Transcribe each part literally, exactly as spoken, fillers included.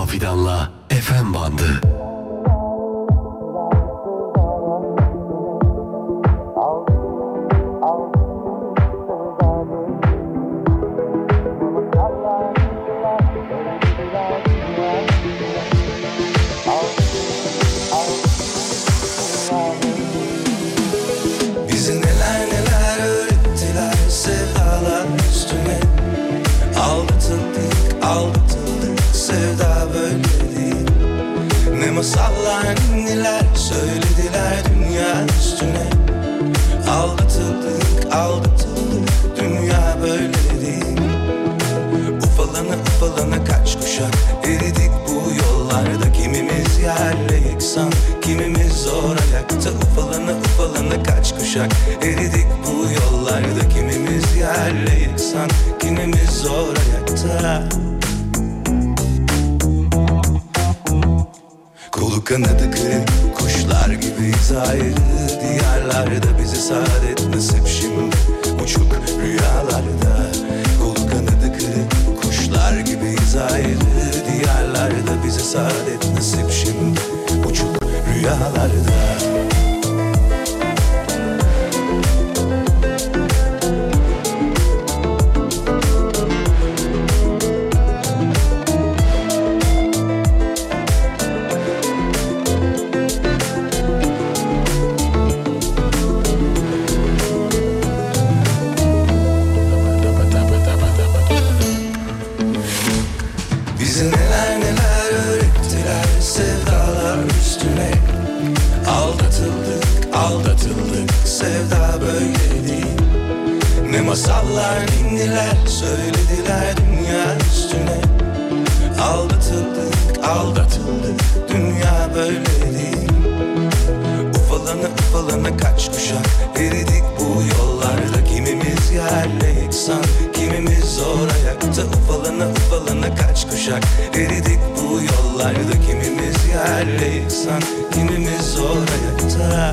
Fidan'la F M Bandı. Masallar, ninniler söylediler dünya üstüne. Aldatıldık, aldatıldık, dünya böyle değil. Ufalana ufalana kaç kuşak eridik bu yollarda. Kimimiz yerle yeksan, kimimiz zor ayakta. Ufalana ufalana kaç kuşak eridik bu yollarda. Kimimiz yerle yeksan, kimimiz zor ayakta. Kolu kanadı kırık kuşlar gibiyiz ayrı diyarlarda. Bize saadet nasip şimdi uçuk rüyalarda. Kolu kanadı kırık kuşlar gibiyiz ayrı diyarlarda. Bize saadet nasip şimdi uçuk rüyalarda. Masallar, ninniler söylediler dünya üstüne. Aldatıldık, aldatıldık, dünya böyle değil. Ufalana ufalana kaç kuşak eridik bu yollarda. Kimimiz yerle yeksan, kimimiz zor ayakta. Ufalana ufalana kaç kuşak eridik bu yollarda. Kimimiz yerle yeksan, kimimiz zor ayakta.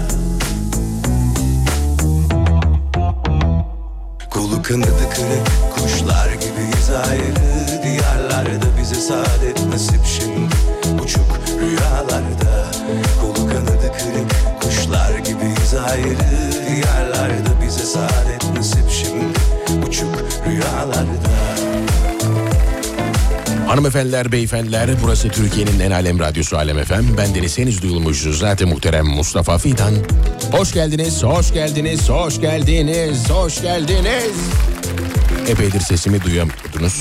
Kolu kanadı kırık kuşlar gibiyiz ayrı diyarlarda. Bize saadet nasip şimdi uçuk rüyalarda. Kolu kanadı kırık kuşlar gibiyiz ayrı diyarlarda. Bize saadet nasip şimdi uçuk rüyalarda. Hanımefendiler, beyefendiler, burası Türkiye'nin en alem radyosu Alem F M. Bendeniz henüz duyulmuş zaten muhterem Mustafa Fidan. Hoş geldiniz, hoş geldiniz, hoş geldiniz, hoş geldiniz. Epeydir sesimi duyamıyordunuz.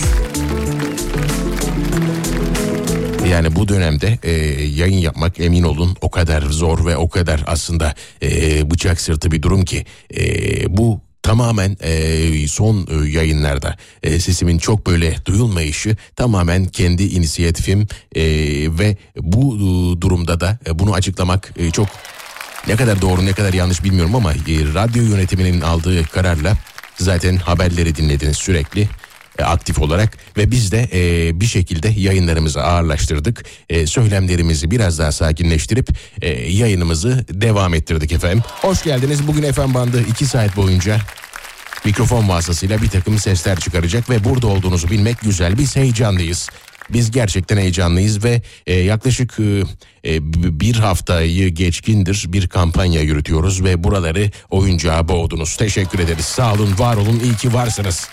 Yani bu dönemde e, yayın yapmak emin olun o kadar zor ve o kadar aslında e, bıçak sırtı bir durum ki e, bu tamamen e, son e, yayınlarda e, sesimin çok böyle duyulmayışı tamamen kendi inisiyatifim e, ve bu e, durumda da e, bunu açıklamak e, çok ne kadar doğru ne kadar yanlış bilmiyorum ama e, radyo yönetiminin aldığı kararla zaten haberleri dinlediniz sürekli e, aktif olarak ve biz de e, bir şekilde yayınlarımızı ağırlaştırdık. E, söylemlerimizi biraz daha sakinleştirip e, yayınımızı devam ettirdik efendim. Hoş geldiniz. Bugün F M Bandı iki saat boyunca mikrofon vasıtasıyla bir takım sesler çıkaracak ve burada olduğunuzu bilmek güzel. Biz heyecanlıyız. Biz gerçekten heyecanlıyız ve e, yaklaşık e, bir haftayı geçkindir bir kampanya yürütüyoruz ve buraları oyuncağa boğdunuz. Teşekkür ederiz. Sağ olun, var olun, iyi ki varsınız.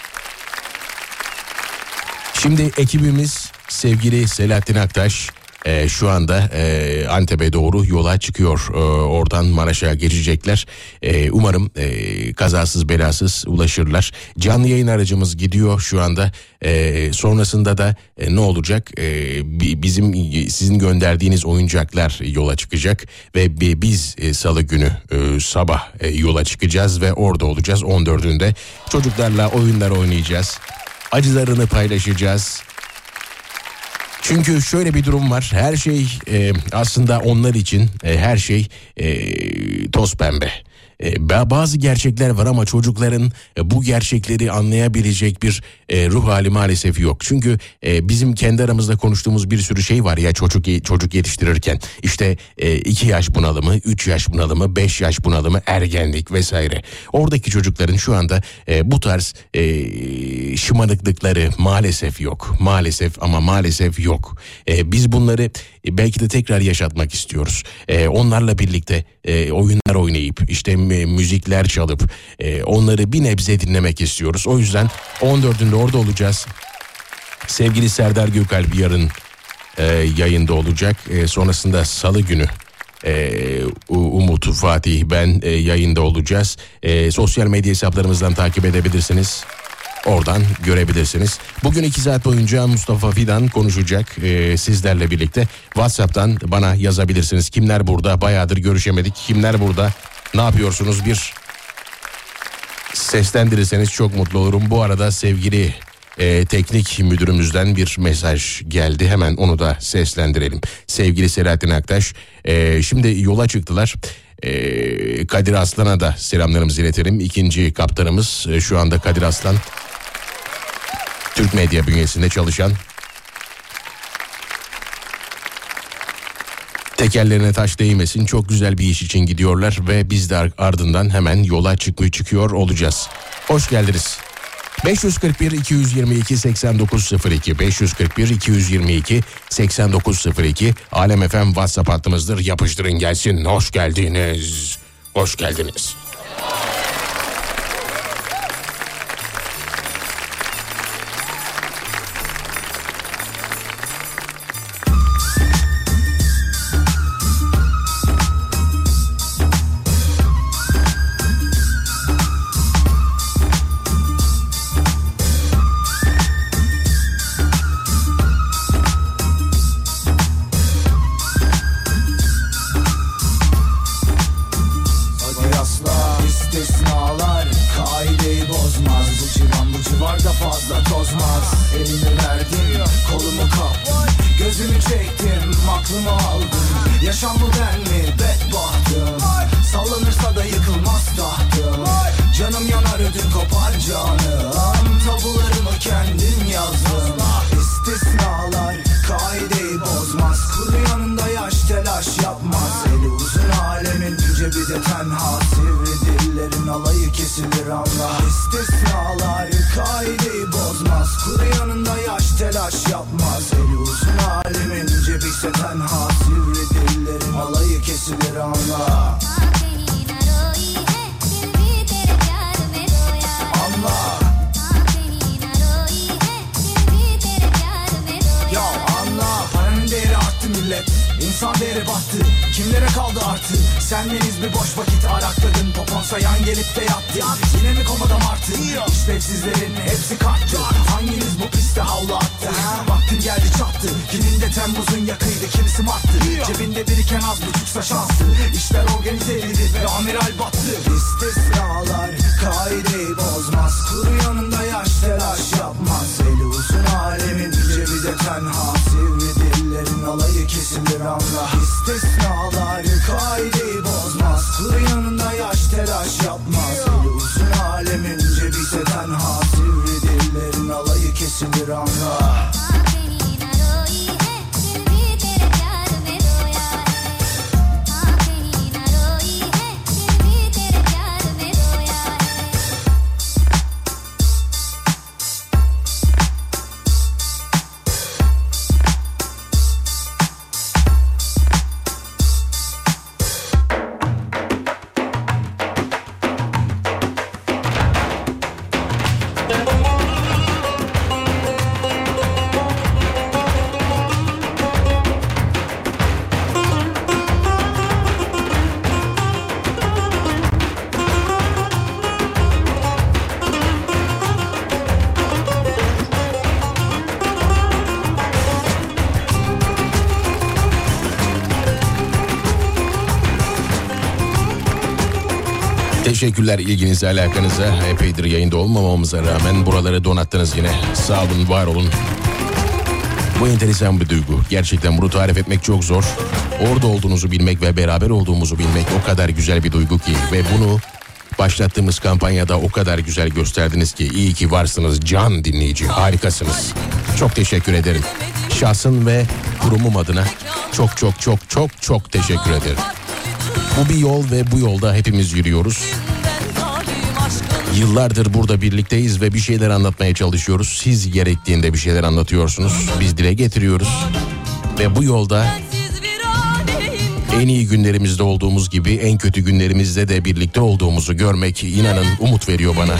Şimdi ekibimiz sevgili Selahattin Aktaş e, şu anda e, Antep'e doğru yola çıkıyor. E, oradan Maraş'a geçecekler. E, umarım e, kazasız belasız ulaşırlar. Canlı yayın aracımız gidiyor şu anda. E, sonrasında da e, ne olacak? E, bizim sizin gönderdiğiniz oyuncaklar yola çıkacak ve biz e, Salı günü e, sabah e, yola çıkacağız ve orada olacağız. on dördünde çocuklarla oyunlar oynayacağız. Acılarını paylaşacağız. Çünkü şöyle bir durum var. Her şey e, aslında onlar için e, her şey e, toz pembe. E, bazı gerçekler var ama çocukların e, bu gerçekleri anlayabilecek bir e, ruh hali maalesef yok. Çünkü e, bizim kendi aramızda konuştuğumuz bir sürü şey var ya çocuk çocuk yetiştirirken. İşte e, iki yaş bunalımı, üç yaş bunalımı, beş yaş bunalımı, ergenlik vesaire. Oradaki çocukların şu anda e, bu tarz e, şımarıklıkları maalesef yok. Maalesef ama maalesef yok. E, biz bunları e, belki de tekrar yaşatmak istiyoruz. E, onlarla birlikte e, oyunlar oynayıp işte m- müzikler çalıp e, onları bir nebze dinlemek istiyoruz. O yüzden on dördünde orada olacağız. Sevgili Serdar Gökalp yarın e, yayında olacak. E, sonrasında Salı günü e, Umut, Fatih, ben e, yayında olacağız. E, sosyal medya hesaplarımızdan takip edebilirsiniz. Oradan görebilirsiniz. Bugün iki saat boyunca Mustafa Fidan konuşacak e, sizlerle birlikte. WhatsApp'tan bana yazabilirsiniz. Kimler burada? Bayağıdır görüşemedik. Kimler burada? Ne yapıyorsunuz? Bir seslendirirseniz çok mutlu olurum. Bu arada sevgili e, teknik müdürümüzden bir mesaj geldi. Hemen onu da seslendirelim. Sevgili Selahattin Aktaş, e, şimdi yola çıktılar. E, Kadir Aslan'a da selamlarımızı iletelim. İkinci kaptanımız e, şu anda Kadir Aslan. Türk medya bünyesinde çalışan, tekerlerine taş değmesin, çok güzel bir iş için gidiyorlar ve biz de ardından hemen yola çıkmıyor çıkıyor olacağız. Hoş geldiniz. beş yüz kırk bir iki yüz yirmi iki seksen dokuz sıfır iki beş yüz kırk bir iki yüz yirmi iki seksen dokuz sıfır iki Alem F M WhatsApp hattımızdır. Yapıştırın gelsin. Hoş geldiniz. Hoş geldiniz. Teşekkürler ilginize, alakanıza. Epeydir yayında olmamamıza rağmen buraları donattınız yine. Sağ olun, var olun. Bu enteresan bir duygu. Gerçekten bunu tarif etmek çok zor. Orada olduğunuzu bilmek ve beraber olduğumuzu bilmek o kadar güzel bir duygu ki. Ve bunu başlattığımız kampanyada o kadar güzel gösterdiniz ki. İyi ki varsınız can dinleyici. Harikasınız. Çok teşekkür ederim. Şahsın ve kurumum adına çok çok çok çok çok teşekkür ederim. Bu bir yol ve bu yolda hepimiz yürüyoruz. Yıllardır burada birlikteyiz ve bir şeyler anlatmaya çalışıyoruz. Siz gerektiğinde bir şeyler anlatıyorsunuz. Biz dile getiriyoruz. Ve bu yolda en iyi günlerimizde olduğumuz gibi en kötü günlerimizde de birlikte olduğumuzu görmek inanın umut veriyor bana.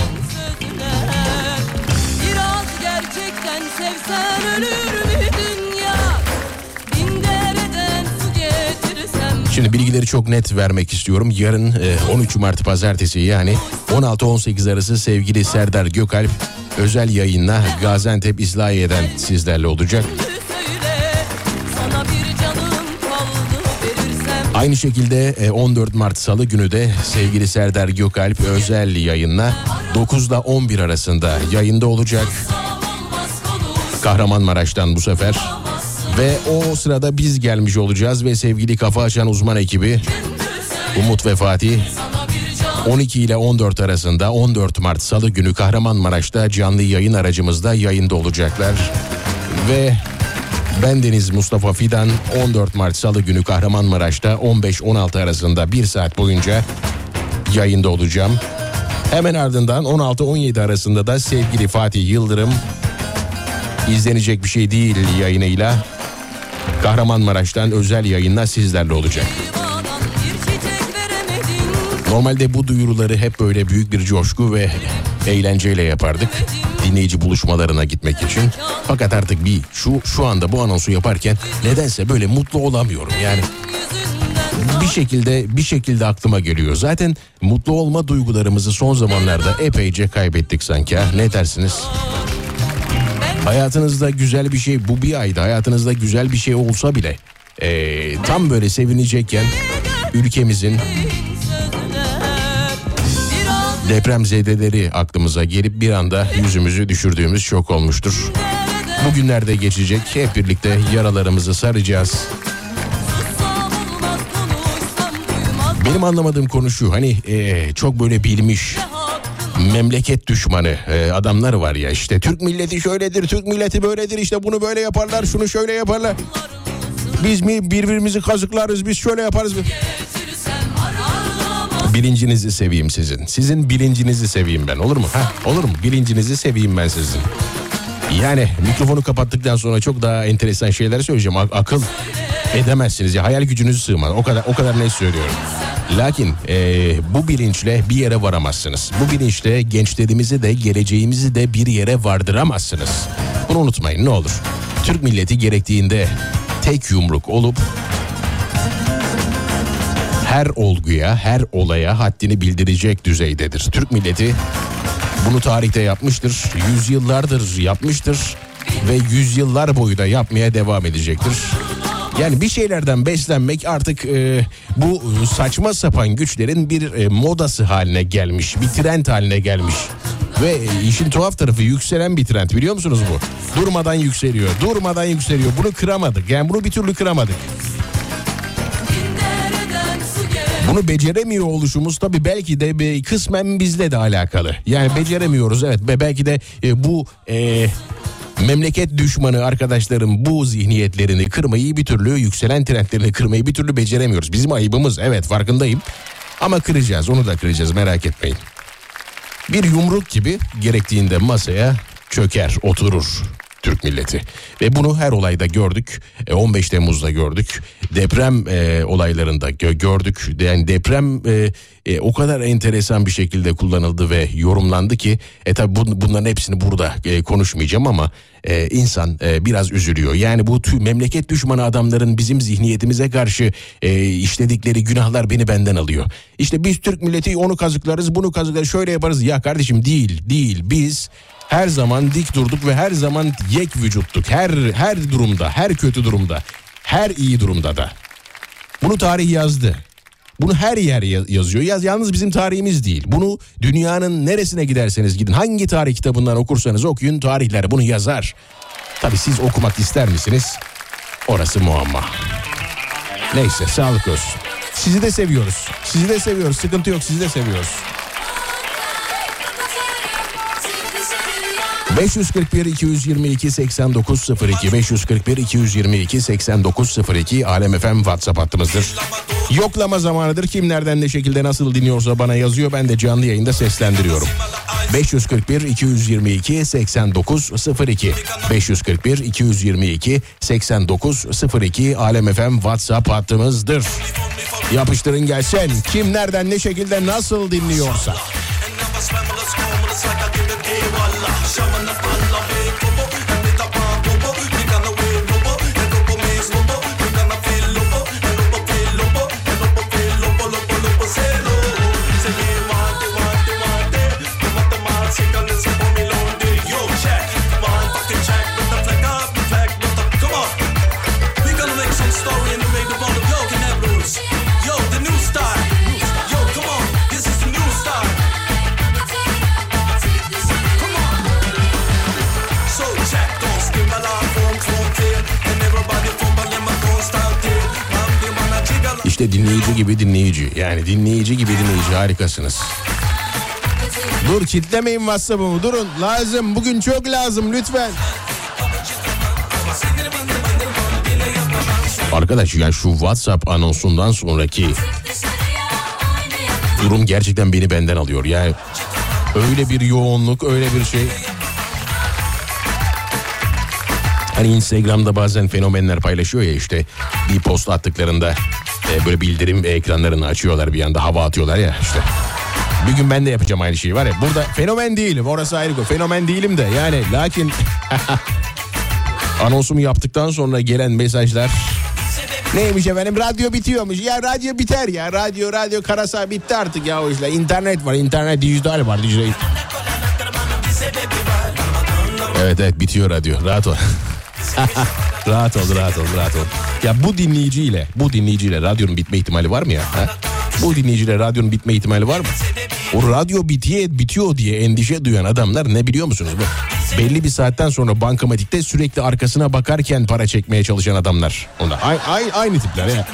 Şimdi bilgileri çok net vermek istiyorum. Yarın on üç Mart Pazartesi yani on altı on sekiz arası sevgili Serdar Gökalp özel yayınla Gaziantep İslahiye'den sizlerle olacak. Aynı şekilde on dört Mart Salı günü de sevgili Serdar Gökalp özel yayınla dokuzda on bir arasında yayında olacak. Kahramanmaraş'tan bu sefer. Ve o sırada biz gelmiş olacağız ve sevgili Kafa Açan uzman ekibi Umut ve Fatih on iki ile on dört arasında on dört Mart Salı günü Kahramanmaraş'ta canlı yayın aracımızda yayında olacaklar. Ve bendeniz Mustafa Fidan on dört Mart Salı günü Kahramanmaraş'ta on beş on altı arasında bir saat boyunca yayında olacağım. Hemen ardından on altı on yedi arasında da sevgili Fatih Yıldırım izlenecek bir şey değil yayınıyla Kahramanmaraş'tan özel yayınla sizlerle olacak. Normalde bu duyuruları hep böyle büyük bir coşku ve eğlenceyle yapardık. Dinleyici buluşmalarına gitmek için. Fakat artık bir şu şu anda bu anonsu yaparken nedense böyle mutlu olamıyorum. Yani bir şekilde bir şekilde aklıma geliyor. Zaten mutlu olma duygularımızı son zamanlarda epeyce kaybettik sanki. Ha? Ne dersiniz? Hayatınızda güzel bir şey, bu bir ayda hayatınızda güzel bir şey olsa bile ee, tam böyle sevinecekken ülkemizin depremzedeleri aklımıza gelip bir anda yüzümüzü düşürdüğümüz çok olmuştur. Bugünlerde geçecek, hep birlikte yaralarımızı saracağız. Benim anlamadığım konu şu, hani ee, çok böyle bilmiş memleket düşmanı e, adamlar var ya, işte Türk milleti şöyledir, Türk milleti böyledir, işte bunu böyle yaparlar, şunu şöyle yaparlar. Biz mi birbirimizi kazıklarız, biz şöyle yaparız. Bilincinizi seveyim sizin. Sizin bilincinizi seveyim ben, olur mu? Ha, olur mu? Bilincinizi seveyim ben sizin. Yani mikrofonu kapattıktan sonra çok daha enteresan şeyler söyleyeceğim. A- akıl edemezsiniz ya, hayal gücünüzü sığmaz. O kadar o kadar ne söylüyorum. Lakin e, bu bilinçle bir yere varamazsınız. Bu bilinçle gençlerimizi de geleceğimizi de bir yere vardıramazsınız. Bunu unutmayın ne olur. Türk milleti gerektiğinde tek yumruk olup her olguya, her olaya haddini bildirecek düzeydedir. Türk milleti bunu tarihte yapmıştır, yüzyıllardır yapmıştır ve yüzyıllar boyu da yapmaya devam edecektir. Yani bir şeylerden beslenmek artık e, bu saçma sapan güçlerin bir e, modası haline gelmiş, bir trend haline gelmiş. Ve e, işin tuhaf tarafı yükselen bir trend, biliyor musunuz bu? Durmadan yükseliyor, durmadan yükseliyor. Bunu kıramadık, yani bunu bir türlü kıramadık. Bunu beceremiyor oluşumuz tabii belki de bir kısmen bizle de alakalı. Yani beceremiyoruz, evet, ve belki de e, bu e, memleket düşmanı arkadaşlarım bu zihniyetlerini kırmayı bir türlü, yükselen trendlerini kırmayı bir türlü beceremiyoruz. Bizim ayıbımız, evet, farkındayım, ama kıracağız, onu da kıracağız, merak etmeyin. Bir yumruk gibi gerektiğinde masaya çöker, oturur Türk milleti. Ve bunu her olayda gördük. on beş Temmuz'da gördük. Deprem e, olaylarında gö- gördük. Yani deprem e, e, o kadar enteresan bir şekilde kullanıldı ve yorumlandı ki e tabi bu, bunların hepsini burada e, konuşmayacağım ama e, insan e, biraz üzülüyor. Yani bu tüm memleket düşmanı adamların bizim zihniyetimize karşı e, işledikleri günahlar beni benden alıyor. İşte biz Türk milleti onu kazıklarız, bunu kazıklarız, şöyle yaparız. Ya kardeşim, değil değil biz her zaman dik durduk ve her zaman yek vücuttuk. Her her durumda, her kötü durumda, her iyi durumda da. Bunu tarih yazdı. Bunu her yer yazıyor. Yaz, yalnız bizim tarihimiz değil. Bunu dünyanın neresine giderseniz gidin, hangi tarih kitabından okursanız okuyun, tarihler bunu yazar. Tabii siz okumak ister misiniz? Orası muamma. Neyse, sağlık olsun. Sizi de seviyoruz. Sizi de seviyoruz. Sıkıntı yok, sizi de seviyoruz. beş yüz kırk bir iki yüz yirmi iki seksen dokuz sıfır iki beş yüz kırk bir iki yüz yirmi iki seksen dokuz sıfır iki Alem F M WhatsApp hattımızdır. Yoklama zamanıdır. Kim nereden ne şekilde nasıl dinliyorsa bana yazıyor. Ben de canlı yayında seslendiriyorum. beş yüz kırk bir iki yüz yirmi iki seksen dokuz sıfır iki beş yüz kırk bir iki yüz yirmi iki seksen dokuz sıfır iki Alem F M WhatsApp hattımızdır. Yapıştırın gelsin. Kim nereden ne şekilde nasıl dinliyorsa. İşte dinleyici gibi dinleyici. Yani dinleyici gibi dinleyici, harikasınız. Dur, kitlemeyin WhatsApp'ımı, durun. Lazım, bugün çok lazım lütfen. Arkadaş ya, şu WhatsApp anonsundan sonraki durum gerçekten beni benden alıyor. Yani öyle bir yoğunluk, öyle bir şey. Hani Instagram'da bazen fenomenler paylaşıyor ya, işte bir post attıklarında e, böyle bildirim ekranlarını açıyorlar, bir anda hava atıyorlar ya işte. Bir gün ben de yapacağım aynı şeyi, var ya. Burada fenomen değilim, orası ayrı. Fenomen değilim de yani, lakin anonsumu yaptıktan sonra gelen mesajlar neymiş efendim, radyo bitiyormuş. Ya radyo biter ya, radyo radyo karasa bitti artık ya o işler. İnternet var, internet dijital var, dijital. Evet evet, bitiyor radyo, rahat ol. rahat ol rahat ol rahat ol. Ya bu dinleyiciyle bu dinleyiciyle radyonun bitme ihtimali var mı ya? Ha? Bu dinleyiciyle radyonun bitme ihtimali var mı? O radyo bitiyor, bitiyor diye endişe duyan adamlar ne biliyor musunuz? Bu belli bir saatten sonra bankamatikte sürekli arkasına bakarken para çekmeye çalışan adamlar. Onlar ay, ay, aynı tipler ya.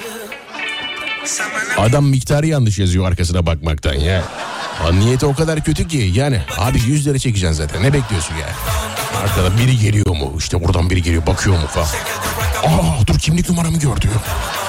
Adam miktarı yanlış yazıyor arkasına bakmaktan ya. Ha, niyeti o kadar kötü ki yani. Abi yüz lira çekeceksin zaten, ne bekliyorsun ya? Arkada biri geliyor mu? İşte oradan biri geliyor, bakıyor mu falan. Aa dur, kimlik numaramı gör diyor.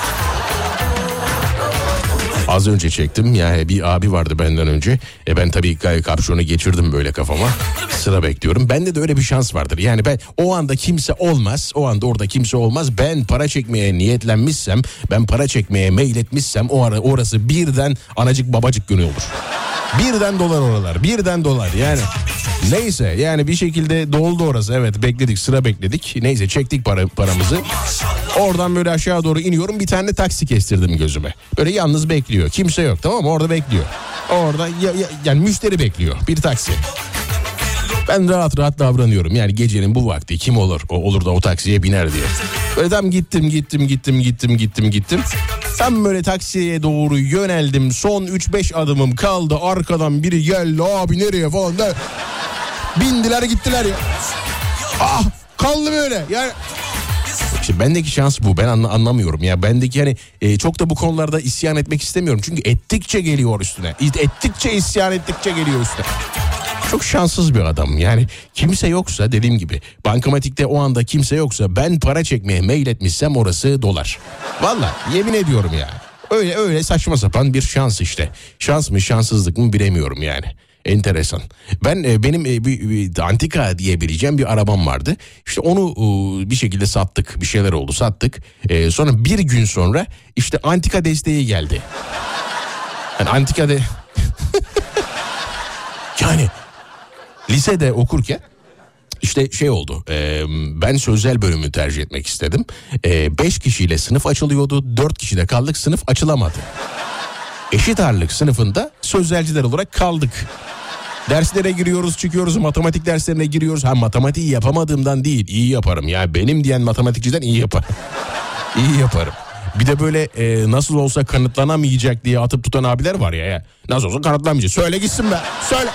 Az önce çektim ya, bir abi vardı benden önce. E ben tabii kapşonu geçirdim böyle kafama. Sıra bekliyorum. Bende de öyle bir şans vardır. Yani ben o anda kimse olmaz. O anda orada kimse olmaz. Ben para çekmeye niyetlenmişsem, ben para çekmeye meyletmişsem o ara orası birden anacık babacık günü olur. Birden dolar oralar. Birden dolar yani. Neyse yani bir şekilde doldu orası. Evet, bekledik, sıra bekledik. Neyse, çektik para, paramızı. Oradan böyle aşağı doğru iniyorum. Bir tane taksi kestirdim gözüme. Böyle yalnız bekliyor. Kimse yok, tamam mı? Orada bekliyor. Orada ya, ya, yani müşteri bekliyor. Bir taksi. Ben rahat rahat davranıyorum. Yani gecenin bu vakti kim olur o olur da o taksiye biner diye. Böyle tam gittim gittim gittim gittim gittim gittim. Tam böyle taksiye doğru yöneldim. Son üç beş adımım kaldı. Arkadan biri geldi. Abi nereye falan da. Bindiler gittiler ya. Ah, kaldı böyle. Yani İşte bendeki şans bu. Ben anla, anlamıyorum. Ya bendeki hani e, çok da bu konularda isyan etmek istemiyorum. Çünkü ettikçe geliyor üstüne. Ettikçe isyan ettikçe geliyor üstüne. Çok şanssız bir adam. Yani kimse yoksa, dediğim gibi bankamatikte o anda kimse yoksa, ben para çekmeye meyletmişsem orası dolar. Vallahi yemin ediyorum ya. Öyle öyle saçma sapan bir şans işte. Şans mı şanssızlık mı bilemiyorum yani. Enteresan. Ben e, benim e, bir, bir antika diyebileceğim bir arabam vardı. İşte onu e, bir şekilde sattık. Bir şeyler oldu, sattık. E, sonra bir gün sonra işte antika desteği geldi. Yani antika de yani lisede okurken işte şey oldu. E, ben sözel bölümü tercih etmek istedim. E, beş kişiyle sınıf açılıyordu. Dört kişi de kaldık, sınıf açılamadı. Eşit ağırlık sınıfında sözelciler olarak kaldık. Derslere giriyoruz, çıkıyoruz, matematik derslerine giriyoruz. Ha, matematiği yapamadığımdan değil, iyi yaparım. Ya benim diyen matematikçiden iyi yaparım. İyi yaparım. Bir de böyle e, nasıl olsa kanıtlanamayacak diye atıp tutan abiler var ya. ya. Nasıl olsa kanıtlanamayacak. Söyle gitsin be. Söyle.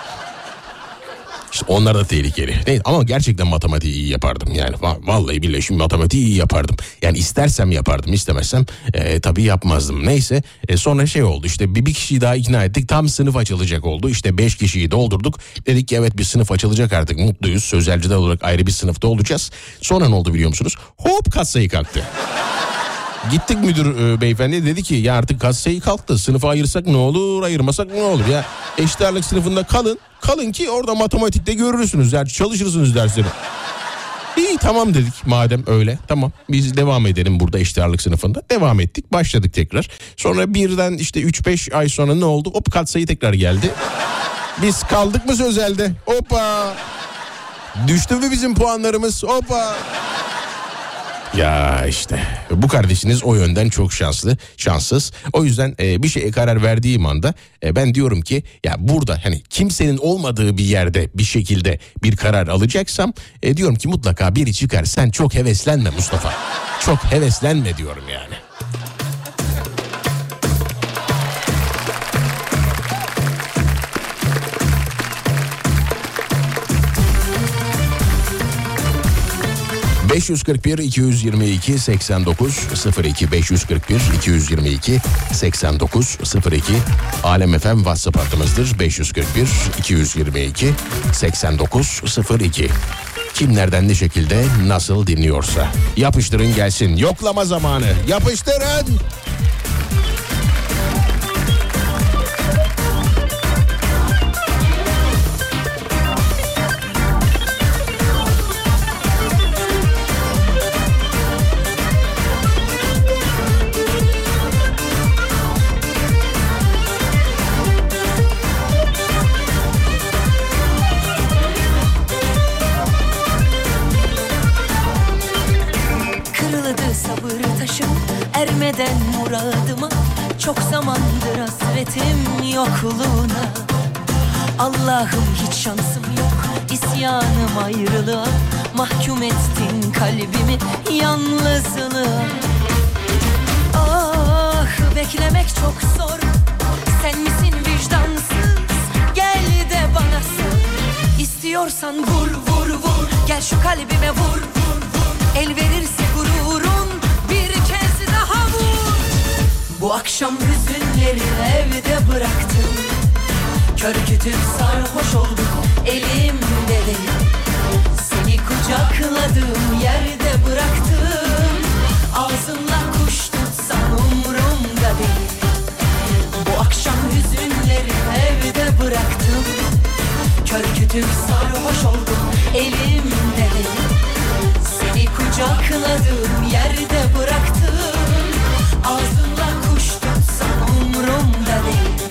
İşte onlar da tehlikeli. Neyse, ama gerçekten matematiği iyi yapardım yani. Vallahi billahi şimdi matematiği iyi yapardım. Yani istersem yapardım, istemezsem e, tabii yapmazdım. Neyse e, sonra şey oldu işte bir, bir kişiyi daha ikna ettik. Tam sınıf açılacak oldu. İşte beş kişiyi doldurduk. Dedik ki evet bir sınıf açılacak artık, mutluyuz. Sözelciler olarak ayrı bir sınıfta olacağız. Sonra ne oldu biliyor musunuz? Hop kasayı kalktı. Gittik müdür e, beyefendi, dedi ki ya artık kasayı kalktı. Sınıfa ayırsak ne olur, ayırmasak ne olur ya. Eşit ağırlık sınıfında kalın. Kalın ki orada matematikte görürsünüz. Yani çalışırsınız dersleri. İyi tamam dedik madem öyle. Tamam biz devam edelim burada eşit ağırlık sınıfında. Devam ettik, başladık tekrar. Sonra birden işte üç beş ay sonra ne oldu? Hop katsayı tekrar geldi. Biz kaldık mı sözelde? Hoppa. Düştü mü bizim puanlarımız? Hoppa. Ya işte bu kardeşiniz o yönden çok şanslı, şanssız. O yüzden e, bir şeye karar verdiğim anda e, ben diyorum ki ya burada hani kimsenin olmadığı bir yerde bir şekilde bir karar alacaksam e, diyorum ki mutlaka biri çıkar. Sen çok heveslenme Mustafa. Çok heveslenme diyorum yani. beş yüz kırk bir iki yüz yirmi iki seksen dokuz sıfır iki beş yüz kırk bir iki yüz yirmi iki seksen dokuz sıfır iki Alem F M WhatsApp hattımızdır. beş yüz kırk bir iki yüz yirmi iki seksen dokuz sıfır iki. Kim nereden ne şekilde nasıl dinliyorsa yapıştırın gelsin. Yoklama zamanı. Yapıştırın. Ermeden muradıma çok zamandır hasretim yokluğuna. Allah'ım hiç şansım yok, isyanım ayrılığa. Mahkum ettin kalbimi yalnızlığa. Ah beklemek çok zor, sen misin vicdansız? Gel de bana sor. İstiyorsan vur vur vur, gel şu kalbime vur vur vur. El verirse gururun bir kez daha vur. Bu akşam hüzünleri evde bıraktım. Kör kütük sarhoş oldum, elimde değil. Seni kucakladığım yerde bıraktım. Ağzınla kuş tutsan umurumda değil. Bu akşam hüzünleri evde bıraktım. Kör kütük sarhoş oldum, elimde değil. Seni kucakladığım yerde bıraktım. Ağzınla kuş tutsan umurumda değil.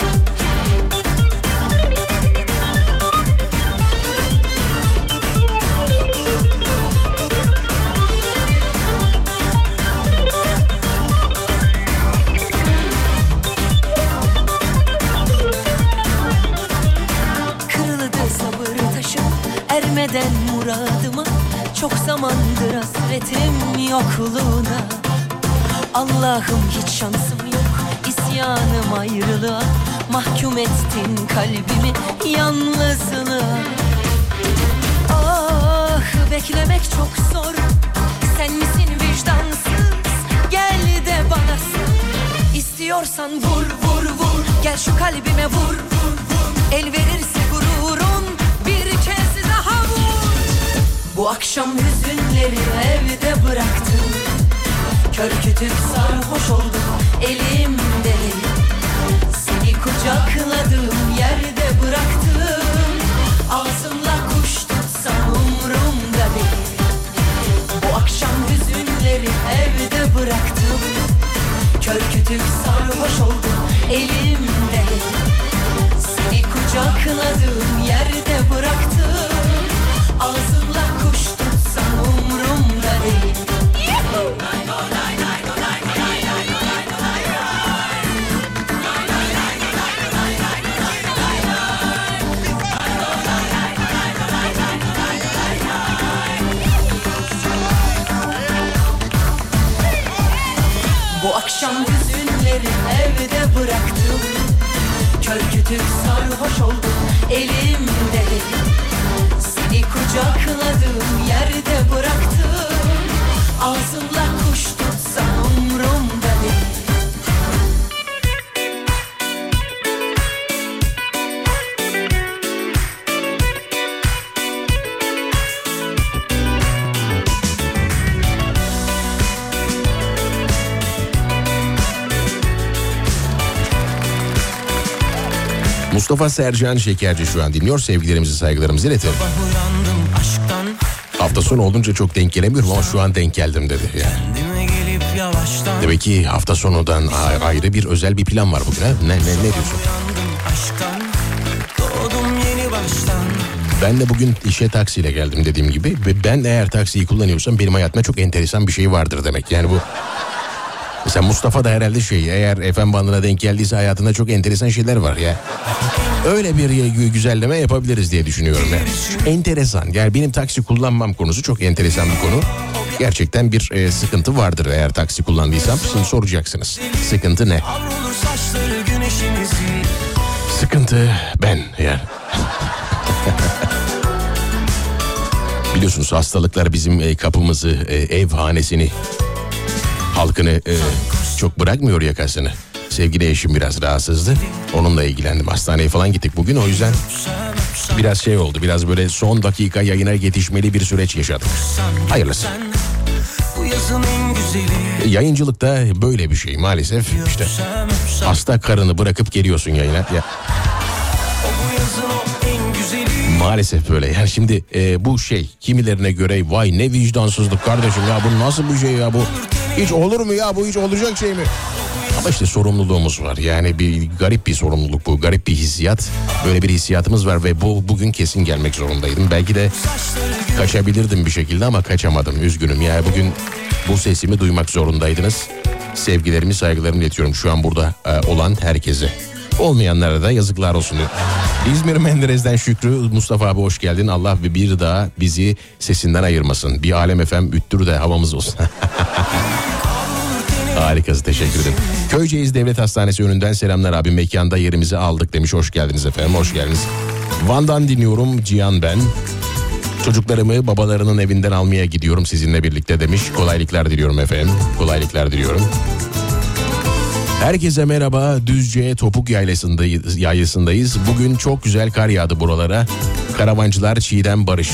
Ermeden muradıma çok zamandır hasretim yokluğuna. Allah'ım hiç şansım yok, isyanım ayrılığa. Mahkum ettin kalbimi yalnızlığa. Ah beklemek çok zor, sen misin vicdansız? Gel de bana sor. İstiyorsan vur vur vur, gel şu kalbime vur vur vur. El verirse gururun bir kez daha vur. Bu akşam hüzünleri evde bıraktım. Kör kütük sarhoş oldum, elimde değil. Seni kucakladığım yerde bıraktım. Ağzımla kuş tutsam umurumda değil. Bu akşam hüzünleri evde bıraktım. Kör kütük sarhoş oldum, elimde değil. Seni kucakladığım yerde bıraktım. Ağzımla kuş tutsan umurumda değil. Bu akşam hüzünleri evde bıraktım. Kör kütük sarhoş oldum elimde. Seni kucakladığım yerde bıraktım. Ağzımla kuş tutsam umrumda değil. Mustafa Sercan Şekerci şu an dinliyor. Sevgilerimizi, saygılarımızı iletelim. Hafta sonu olunca çok denk gelemiyorum ama şu an denk geldim dedi. Yani. Demek ki hafta sonundan ayrı bir özel bir plan var bugün ha? Ne, ne, ne diyorsun? Ben de bugün işe taksiyle geldim dediğim gibi. Ve ben eğer taksiyi kullanıyorsam benim hayatımda çok enteresan bir şey vardır demek. Yani bu... Mesela Mustafa da herhalde şey, eğer F M bandına denk geldiyse hayatında çok enteresan şeyler var ya. Öyle bir güzelleme yapabiliriz diye düşünüyorum ya. Enteresan. Yani benim taksi kullanmam konusu çok enteresan bir konu. Gerçekten bir e, sıkıntı vardır eğer taksi kullandıysam. Şimdi soracaksınız. Sıkıntı ne? Sıkıntı ben yani. Biliyorsunuz hastalıklar bizim e, kapımızı, e, ev hanesini, halkını e, çok bırakmıyor yakasını. Sevgili eşim biraz rahatsızdı. Onunla ilgilendim. Hastaneye falan gittik bugün. O yüzden biraz şey oldu. Biraz böyle son dakika yayına yetişmeli bir süreç yaşadık. Hayırlısı. E, yayıncılıkta böyle bir şey maalesef. İşte hasta karını bırakıp geliyorsun yayına. Ya. Maalesef böyle. Yani şimdi e, bu şey kimilerine göre vay ne vicdansızlık kardeşim ya, bu nasıl bir şey ya, bu hiç olur mu ya, bu hiç olacak şey mi? Ama işte sorumluluğumuz var. Yani bir garip bir sorumluluk bu. Garip bir hissiyat. Böyle bir hissiyatımız var ve bu bugün kesin gelmek zorundaydım. Belki de kaçabilirdim bir şekilde ama kaçamadım. Üzgünüm. Yani bugün bu sesimi duymak zorundaydınız. Sevgilerimi, saygılarımı iletiyorum şu an burada e, olan herkese. Olmayanlara da yazıklar olsun diyor. İzmir Menderes'ten Şükrü. Mustafa abi hoş geldin. Allah bir daha bizi sesinden ayırmasın. Bir Alem F M üttür de havamız olsun. Harikası, teşekkür ederim. Köyceğiz Devlet Hastanesi önünden selamlar abi. Mekanda yerimizi aldık demiş. Hoş geldiniz efendim, hoş geldiniz. Van'dan dinliyorum, Cihan ben. Çocuklarımı babalarının evinden almaya gidiyorum sizinle birlikte demiş. Kolaylıklar diliyorum efendim. Kolaylıklar diliyorum. Herkese merhaba. Düzce Topuk Yaylası'ndayız, yaylasındayız. Bugün çok güzel kar yağdı buralara. Karavancılar Çiğdem Barış.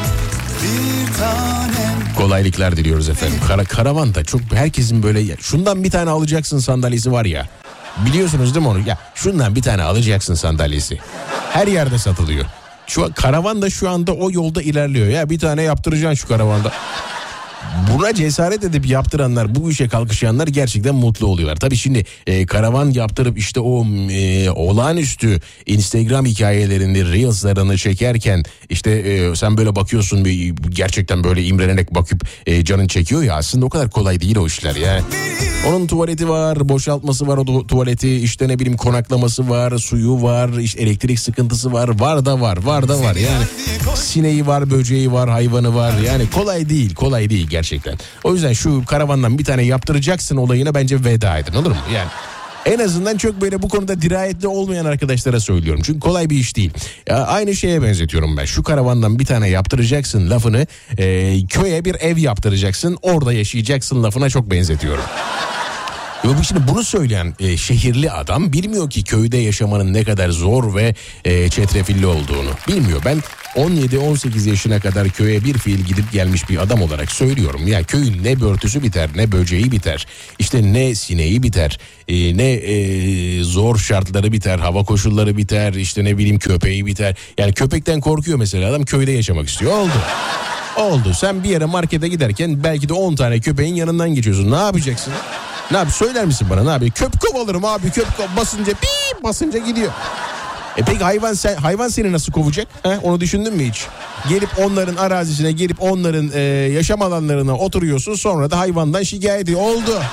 Kolaylıklar diliyoruz efendim. Kara, karavan da çok, herkesin böyle şundan bir tane alacaksın sandalyesi var ya. Biliyorsunuz değil mi onu? Ya şundan bir tane alacaksın sandalyesi. Her yerde satılıyor. Şu karavan da şu anda o yolda ilerliyor. Ya bir tane yaptıracaksın şu karavanda. Buna cesaret edip yaptıranlar, bu işe kalkışanlar gerçekten mutlu oluyorlar. Tabii şimdi e, karavan yaptırıp işte o e, olağanüstü Instagram hikayelerini, reels'larını çekerken işte e, sen böyle bakıyorsun, bir, gerçekten böyle imrenerek bakıp e, canın çekiyor ya, aslında o kadar kolay değil o işler yani. Onun tuvaleti var, boşaltması var o tuvaleti, işte ne bileyim konaklaması var, suyu var, işte elektrik sıkıntısı var, var da var, var da var yani. Sineği var, böceği var, hayvanı var, yani kolay değil, kolay değil gerçekten. O yüzden şu karavandan bir tane yaptıracaksın olayına bence veda edin, olur mu? Yani en azından çok böyle bu konuda dirayetli olmayan arkadaşlara söylüyorum. Çünkü kolay bir iş değil. Ya aynı şeye benzetiyorum ben. Şu karavandan bir tane yaptıracaksın lafını, e, köye bir ev yaptıracaksın, orada yaşayacaksın lafına çok benzetiyorum. Yok, şimdi bunu söyleyen e, şehirli adam bilmiyor ki köyde yaşamanın ne kadar zor ve e, çetrefilli olduğunu. Bilmiyor. Ben on yedi on sekiz yaşına kadar köye bir fiil gidip gelmiş bir adam olarak söylüyorum. Ya köyün ne börtüsü biter, ne böceği biter, işte ne sineği biter, e, ne e, zor şartları biter, hava koşulları biter, işte ne bileyim köpeği biter. Yani köpekten korkuyor mesela adam, köyde yaşamak istiyor. Oldu. Oldu. Sen bir yere markete giderken belki de on tane köpeğin yanından geçiyorsun. Ne yapacaksın? Ne abi, söyler misin bana, ne abi? Köp kovalarım abi, köp kov basınca bip basınca gidiyor. E peki hayvan sen, hayvan seni nasıl kovacak? He? Onu düşündün mü hiç? Gelip onların arazisine, gelip onların e, yaşam alanlarına oturuyorsun, sonra da hayvandan şikayet ediyor. Oldu.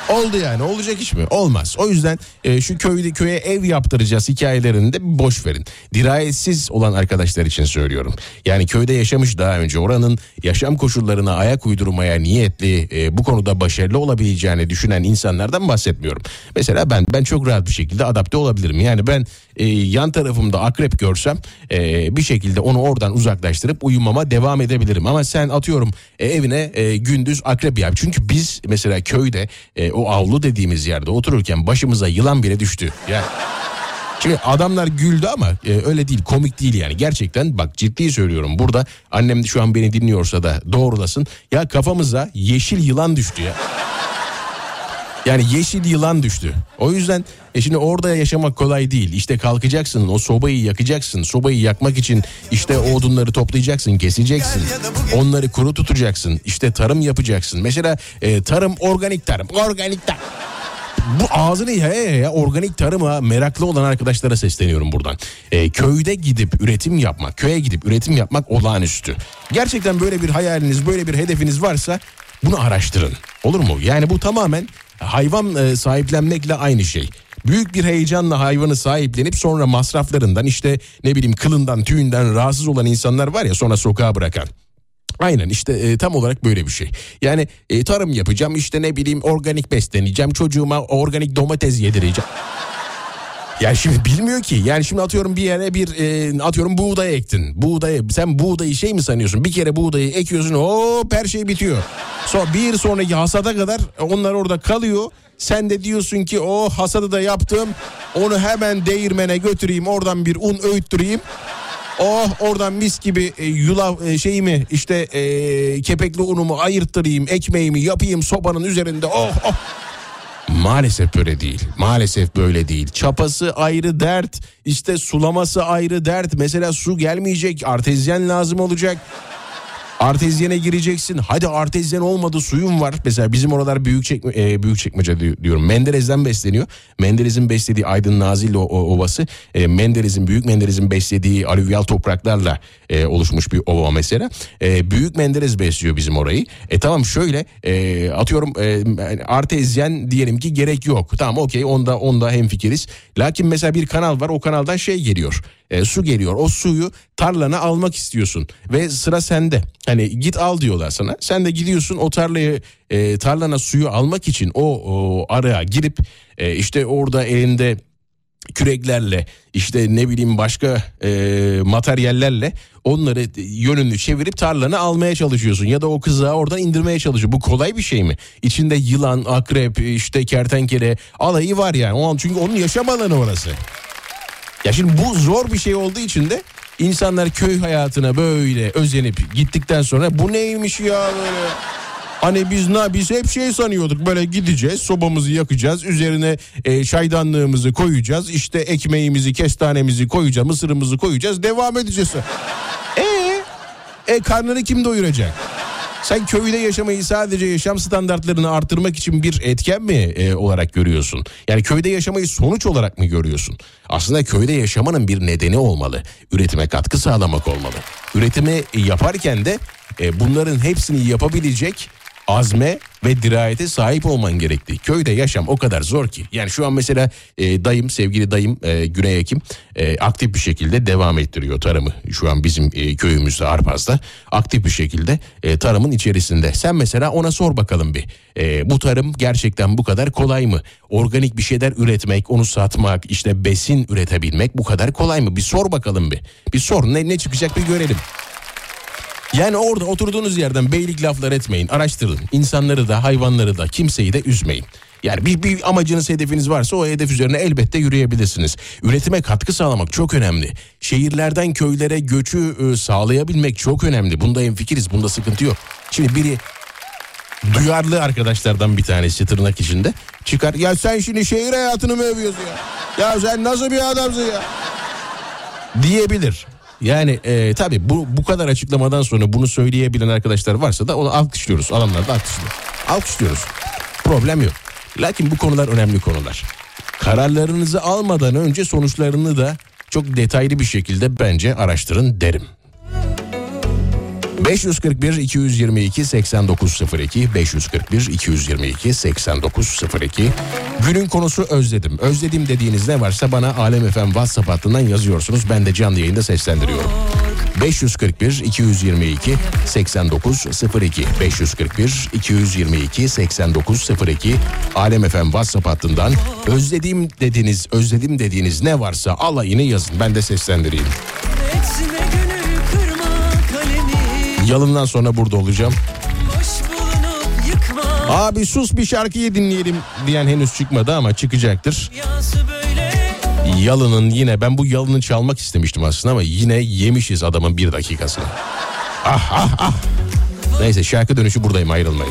Oldu yani, olacak iş mi? Olmaz. O yüzden e, şu köyde köye ev yaptıracağız hikayelerini de boş verin. Dirayetsiz olan arkadaşlar için söylüyorum. Yani köyde yaşamış daha önce, oranın yaşam koşullarına ayak uydurmaya niyetli, e, bu konuda başarılı olabileceğini düşünen insanlardan bahsetmiyorum. Mesela ben ben çok rahat bir şekilde adapte olabilirim. Yani ben e, yan tarafımda akrep görsem e, bir şekilde onu oradan uzaklaştırıp uyumama devam edebilirim. Ama sen atıyorum e, evine e, gündüz akrep yap. Çünkü biz mesela köyde e, o avlu dediğimiz yerde otururken başımıza yılan bile düştü. Yani şimdi adamlar güldü ama e, öyle değil, komik değil yani. Gerçekten bak, ciddi söylüyorum. Burada annem de şu an beni dinliyorsa da doğrulasın. Ya kafamıza yeşil yılan düştü ya. Yani yeşil yılan düştü. O yüzden e şimdi orada yaşamak kolay değil. İşte kalkacaksın, o sobayı yakacaksın. Sobayı yakmak için işte o odunları toplayacaksın, keseceksin. Onları kuru tutacaksın. İşte tarım yapacaksın. Mesela e, tarım, organik tarım. Organik tarım. Bu ağzını yaya yaya organik tarıma meraklı olan arkadaşlara sesleniyorum buradan. E, köyde gidip üretim yapmak, köye gidip üretim yapmak olağanüstü. Gerçekten böyle bir hayaliniz, böyle bir hedefiniz varsa bunu araştırın. Olur mu? Yani bu tamamen hayvan e, sahiplenmekle aynı şey. Büyük bir heyecanla hayvanı sahiplenip sonra masraflarından, işte ne bileyim kılından, tüyünden rahatsız olan insanlar var ya, sonra sokağa bırakan. Aynen işte e, tam olarak böyle bir şey. Yani e, tarım yapacağım, işte ne bileyim organik besleneceğim, çocuğuma organik domates yedireceğim. Yani şimdi bilmiyor ki. Yani şimdi atıyorum bir yere bir e, atıyorum buğday ektin. Buğdayı, sen buğdayı şey mi sanıyorsun? Bir kere buğdayı ekiyorsun, hop her şey bitiyor. Sonra bir sonraki hasada kadar onlar orada kalıyor. Sen de diyorsun ki o hasadı da yaptım. Onu hemen değirmene götüreyim, oradan bir un öğüttüreyim. Oh, oradan mis gibi e, yulaf e, şeyimi işte e, kepekli unumu ayırttırayım, ekmeğimi yapayım sobanın üzerinde. Oh oh. Maalesef böyle değil. Maalesef böyle değil. Çapası ayrı dert, işte sulaması ayrı dert. Mesela su gelmeyecek, artezyen lazım olacak. Artezyene gireceksin. Hadi artezyen olmadı, suyun var. Mesela bizim oralar Büyükçekme, e, Büyükçekmece diyorum. Menderes'den besleniyor. Menderes'in beslediği Aydın Nazilli Ovası. E, Menderes'in, Büyük Menderes'in beslediği alüvyal topraklarla e, oluşmuş bir ova mesela. E, Büyük Menderes besliyor bizim orayı. E tamam şöyle e, atıyorum e, artezyen diyelim ki gerek yok. Tamam okey, onda onda hemfikiriz. Lakin mesela bir kanal var, o kanaldan şey geliyor. E, su geliyor. O suyu tarlana almak istiyorsun ve sıra sende. Hani git al diyorlar sana. Sen de gidiyorsun o tarlayı e, tarlana suyu almak için o, o araya girip e, işte orada elinde küreklerle, işte ne bileyim başka e, materyallerle onları yönünü çevirip tarlanı almaya çalışıyorsun. Ya da o kızağı oradan indirmeye çalışıyor. Bu kolay bir şey mi? İçinde yılan, akrep, işte kertenkele alayı var yani. O an çünkü onun yaşam alanı orası. Ya şimdi bu zor bir şey olduğu için de insanlar köy hayatına böyle özenip gittikten sonra bu neymiş ya böyle. Hani biz ne biz hep şey sanıyorduk, böyle gideceğiz, sobamızı yakacağız, üzerine e, çaydanlığımızı koyacağız, işte ekmeğimizi, kestanemizi koyacağız, mısırımızı koyacağız, devam edeceğiz. Eee e, karnını kim doyuracak? Sen köyde yaşamayı sadece yaşam standartlarını artırmak için bir etken mi e, olarak görüyorsun? Yani köyde yaşamayı sonuç olarak mı görüyorsun? Aslında köyde yaşamanın bir nedeni olmalı. Üretime katkı sağlamak olmalı. Üretimi yaparken de e, bunların hepsini yapabilecek azme ve dirayete sahip olman gerekli. Köyde yaşam o kadar zor ki. Yani şu an mesela e, dayım, sevgili dayım e, Güney Ekim e, aktif bir şekilde devam ettiriyor tarımı. Şu an bizim e, köyümüzde Arpaz'da aktif bir şekilde e, tarımın içerisinde. Sen mesela ona sor bakalım bir. E, bu tarım gerçekten bu kadar kolay mı? Organik bir şeyler üretmek, onu satmak, işte besin üretebilmek bu kadar kolay mı? Bir sor bakalım bir. Bir sor, ne ne çıkacak bir görelim. Yani orada oturduğunuz yerden beylik laflar etmeyin, araştırın. İnsanları da, hayvanları da, kimseyi de üzmeyin. Yani bir, bir amacınız, hedefiniz varsa o hedef üzerine elbette yürüyebilirsiniz. Üretime katkı sağlamak çok önemli. Şehirlerden köylere göçü e, sağlayabilmek çok önemli. Bunda hemfikiriz, bunda sıkıntı yok. Şimdi biri duyarlı arkadaşlardan bir tanesi tırnak içinde çıkar. Ya sen şimdi şehir hayatını mı övüyorsun ya? Ya sen nasıl bir adamsın ya? Diyebilir. Yani e, tabii bu bu kadar açıklamadan sonra bunu söyleyebilen arkadaşlar varsa da onu alkışlıyoruz. Alanlarda alkışlıyoruz. Alkışlıyoruz. Problem yok. Lakin bu konular önemli konular. Kararlarınızı almadan önce sonuçlarını da çok detaylı bir şekilde bence araştırın derim. beş yüz kırk bir iki yüz yirmi iki seksen dokuz sıfır iki beş yüz kırk bir iki yüz yirmi iki seksen dokuz sıfır iki. Günün konusu özledim. Özledim dediğiniz ne varsa bana Alem F M WhatsApp hattından yazıyorsunuz. Ben de canlı yayında seslendiriyorum. beş yüz kırk bir iki yüz yirmi iki seksen dokuz sıfır iki beş yüz kırk bir iki yüz yirmi iki seksen dokuz sıfır iki Alem F M WhatsApp hattından özledim dediğiniz, özledim dediğiniz ne varsa alayını yazın. Ben de seslendireyim. Yalından sonra burada olacağım. Abi sus bir şarkıyı dinleyelim diyen henüz çıkmadı ama çıkacaktır. Yalının yine, ben bu Yalını çalmak istemiştim aslında ama yine yemişiz adamın bir dakikasını. Ah ah ah. Neyse, şarkı dönüşü buradayım, ayrılmayın.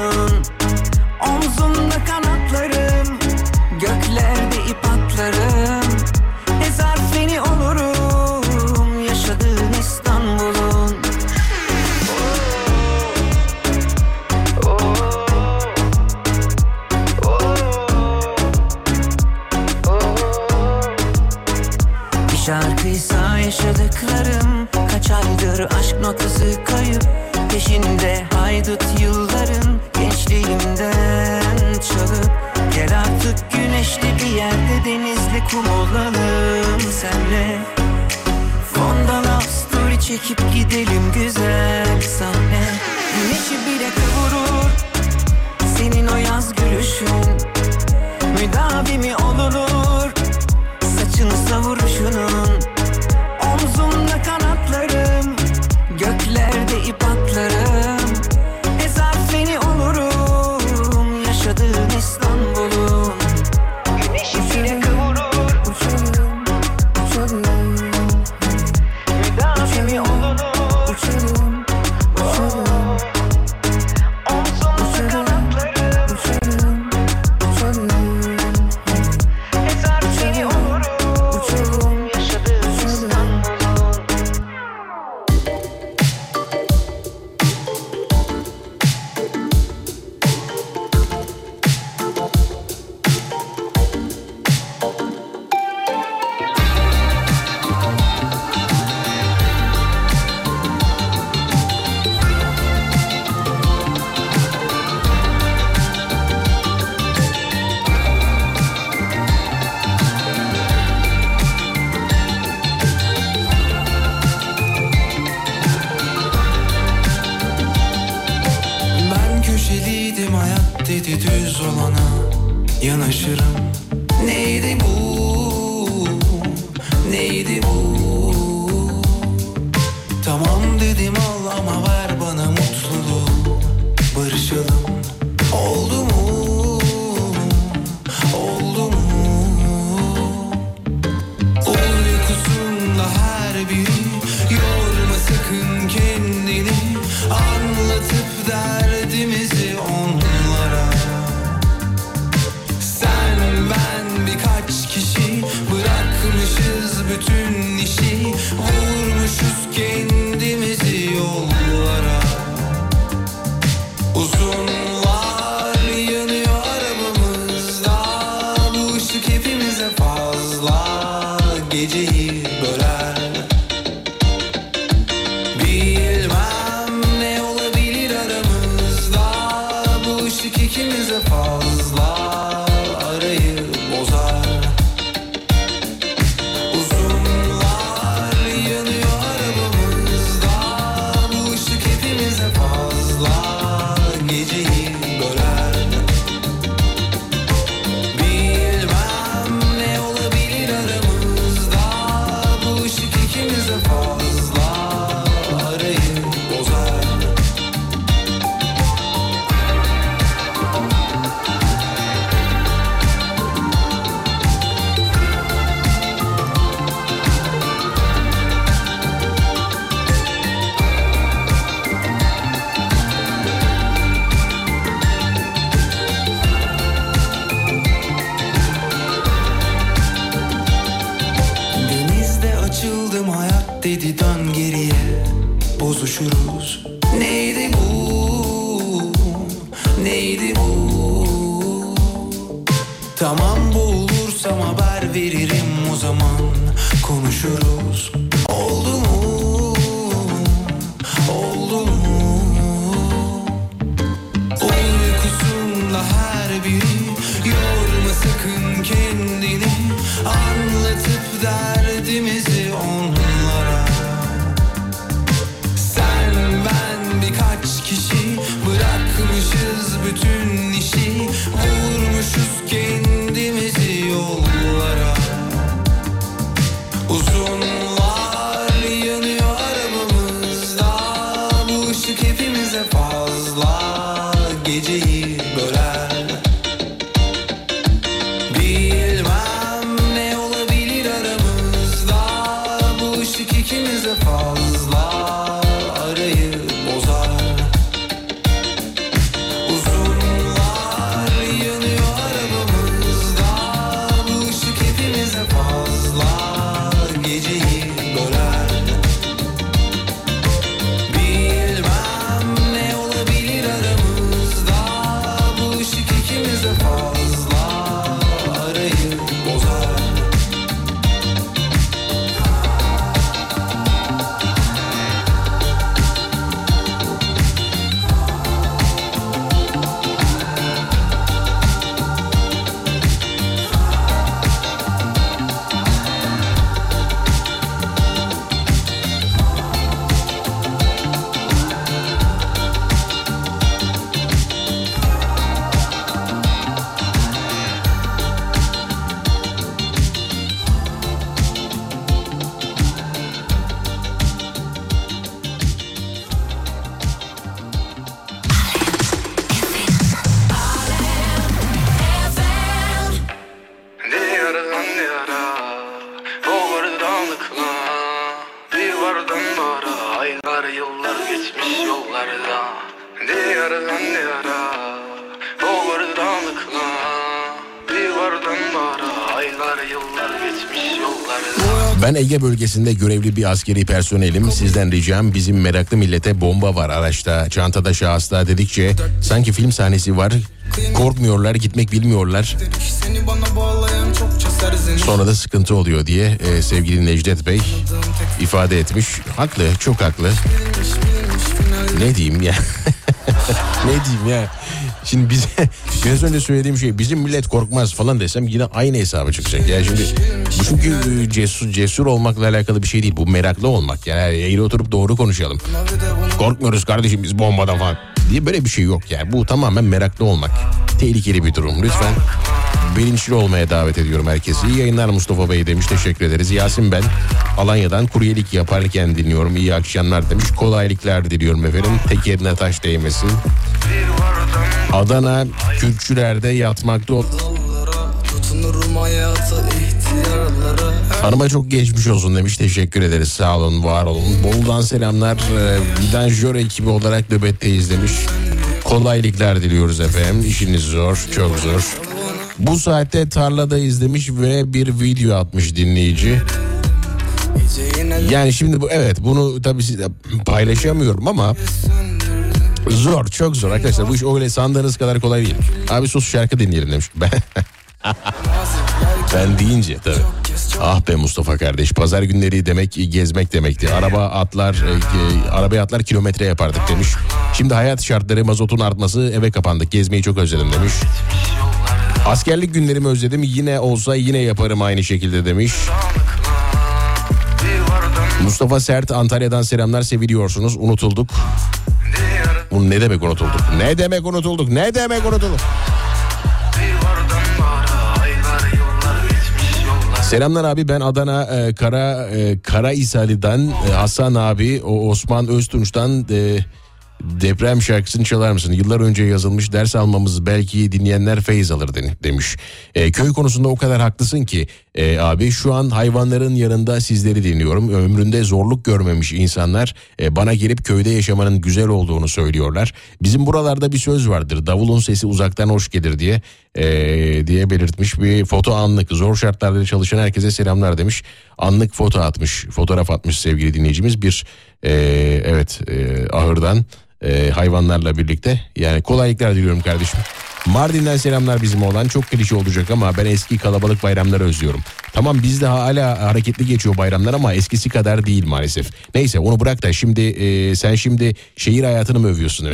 Omzumda kanatlarım, göklerde ip atlarım. yazar aşk notası kayıp. Peşinde haydut yılların gençliğimden çalıp. Gel artık güneşli bir yerde denizli kum olalım senle. Fonda love story çekip gidelim güzel sahne. Güneşi bile kıvırır senin o yaz gülüşün. Müdavimi olunur saçını savuruşunun. Omzumda kanatlarım, göklerde ip atlarım. Ezer seni olurum yaşadığın İstanbul'un. Güneşi bile kıvırır uçalım, uçalım. Müdavimi olunur uçalım, uçalım. Omzumda kanatlarım, uçalım, uçalım. Ezer seni olurum uçalım yaşadığın İstanbul'un. Ben köşeliydim hayat dedi düz olana yanaşırım. Neydi bu? Neydi bu? Tamam dedim al ama ver bana mutluluğu. Barışalım. Oldu mu? Oldu mu? Uykusunda her biri yorma sakın kendini. Anlatıp derdimizi onlara. Sen ben birkaç kişi bırakmışız bütün işi. Vurmuşuz kendimizi yollara. Uzunlar yanıyor arabamızda. Bu ışık hepimize fazla. Geceyi böler. Bilmem ne olabilir aramızda. Bu ışık ikimize fazla. Arayı bozar. Uzunlar yanıyor arabamızda. Bu ışık hepimize fazla. Geceyi böler. Bilmem ne olabilir aramızda. Bu ışık ikimize fazla. Arayı bozar. Denizde açıldım hayat dedi dön geriye. Bozuşuruz. Neydi bu? Neydi bu? Tamam boğulursam haber veririm o zaman. Konuşuruz. Oldu mu? Oldu mu? Uykusunda her biri yorma sakın kendini. Anlatıp derdimizi onlara. Sen ben birkaç kişi bırakmışız bütün işi. Vurmuşuz kendimizi yollara. Uzunlar yanıyor geçmiş yollarda, diyardan diyara, o vardanlıkla, bir vardan bara, aylar yıllar geçmiş yollarda. Ben Ege bölgesinde görevli bir askeri personelim. Sizden ricam, bizim meraklı millete bomba var araçta, çantada, şahısta dedikçe sanki film sahnesi var. Korkmuyorlar, gitmek bilmiyorlar. Sonra da sıkıntı oluyor diye e, sevgili Necdet Bey ifade etmiş. Haklı, çok haklı. Ne diyeyim ya? Ne diyeyim ya? Şimdi bize biraz önce söylediğim şey, bizim millet korkmaz falan desem yine aynı hesaba çıkacak. Yani şimdi bu çünkü cesur, cesur olmakla alakalı bir şey değil. Bu meraklı olmak. Yani eğri oturup doğru konuşalım. Korkmuyoruz kardeşim biz bombadan falan diye böyle bir şey yok yani. Bu tamamen meraklı olmak. Tehlikeli bir durum. Lütfen bilinçli olmaya davet ediyorum herkesi. İyi yayınlar Mustafa Bey demiş. Teşekkür ederiz. Yasin ben Alanya'dan kuryelik yaparken dinliyorum. İyi akşamlar demiş. Kolaylıklar diliyorum efendim. Tekerine taş değmesin. Adana Kürkçüler'de yatmakta ol... Hanıma çok geçmiş olsun demiş. Teşekkür ederiz. Sağ olun, var olun. Bolu'dan selamlar. Vidanjör ekibi olarak nöbetteyiz demiş. Kolaylıklar diliyoruz efendim. İşiniz zor, çok zor. Bu saatte tarladayız demiş ve bir video atmış dinleyici. Yani şimdi bu, evet, bunu tabii size paylaşamıyorum ama zor, çok zor arkadaşlar. Bu iş öyle sandığınız kadar kolay değil. Abi sus, şarkı dinleyelim demiş. Ben ben deyince tabii. Ah be Mustafa kardeş, pazar günleri demek gezmek demekti. Araba atlar, e, arabaya atlar kilometre yapardık demiş. Şimdi hayat şartları, mazotun artması, eve kapandık. Gezmeyi çok özledim demiş. Askerlik günlerimi özledim, yine olsa yine yaparım aynı şekilde demiş. Mustafa Sert Antalya'dan selamlar, seviliyorsunuz, unutulduk. Bu ne demek unutulduk? Ne demek unutulduk? Ne demek unutulduk? Selamlar abi, ben Adana e, Kara e, Karahisar'dan e, Hasan abi, o Osman Öztunç'tan e, deprem şarkısını çalar mısın? Yıllar önce yazılmış, ders almamız belki dinleyenler feyz alır demiş. E, köy konusunda o kadar haklısın ki e, abi, şu an hayvanların yanında sizleri dinliyorum. Ömründe zorluk görmemiş insanlar e, bana gelip köyde yaşamanın güzel olduğunu söylüyorlar. Bizim buralarda bir söz vardır, davulun sesi uzaktan hoş gelir diye e, diye belirtmiş. Bir foto anlık, zor şartlarda çalışan herkese selamlar demiş. Anlık foto atmış, fotoğraf atmış sevgili dinleyicimiz. Bir e, evet e, ahırdan e, hayvanlarla birlikte. Yani kolaylıklar diliyorum kardeşim. Mardin'den selamlar bizim olan. Çok klişe olacak ama ben eski kalabalık bayramları özlüyorum. Tamam, bizde hala hareketli geçiyor bayramlar ama eskisi kadar değil maalesef. Neyse, onu bırak da şimdi e, sen şimdi şehir hayatını mı övüyorsun?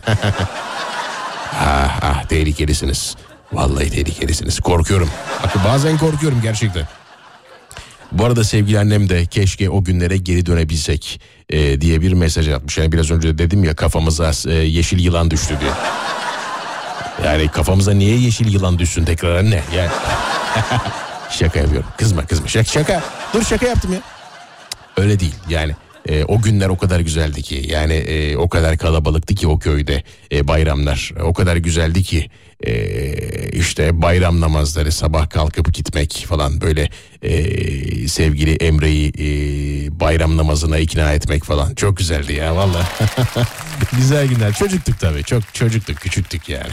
ah ah tehlikelisiniz. Vallahi tehlikelisiniz. Korkuyorum. Bakın bazen korkuyorum gerçekten. Bu arada sevgili annem de keşke o günlere geri dönebilsek e, diye bir mesaj atmış. Yani biraz önce dedim ya, kafamıza e, yeşil yılan düştü diye. Yani kafamıza niye yeşil yılan düşsün tekrar anne? Yani şaka yapıyorum. Kızma kızma. Şaka, şaka. Dur, şaka yaptım ya. Öyle değil yani. E, o günler o kadar güzeldi ki, yani e, o kadar kalabalıktı ki o köyde e, bayramlar. O kadar güzeldi ki e, işte bayram namazları, sabah kalkıp gitmek falan, böyle e, sevgili Emre'yi e, bayram namazına ikna etmek falan. Çok güzeldi ya vallahi. Güzel günler. Çocuktuk tabii. Çok çocuktuk, küçüktük yani.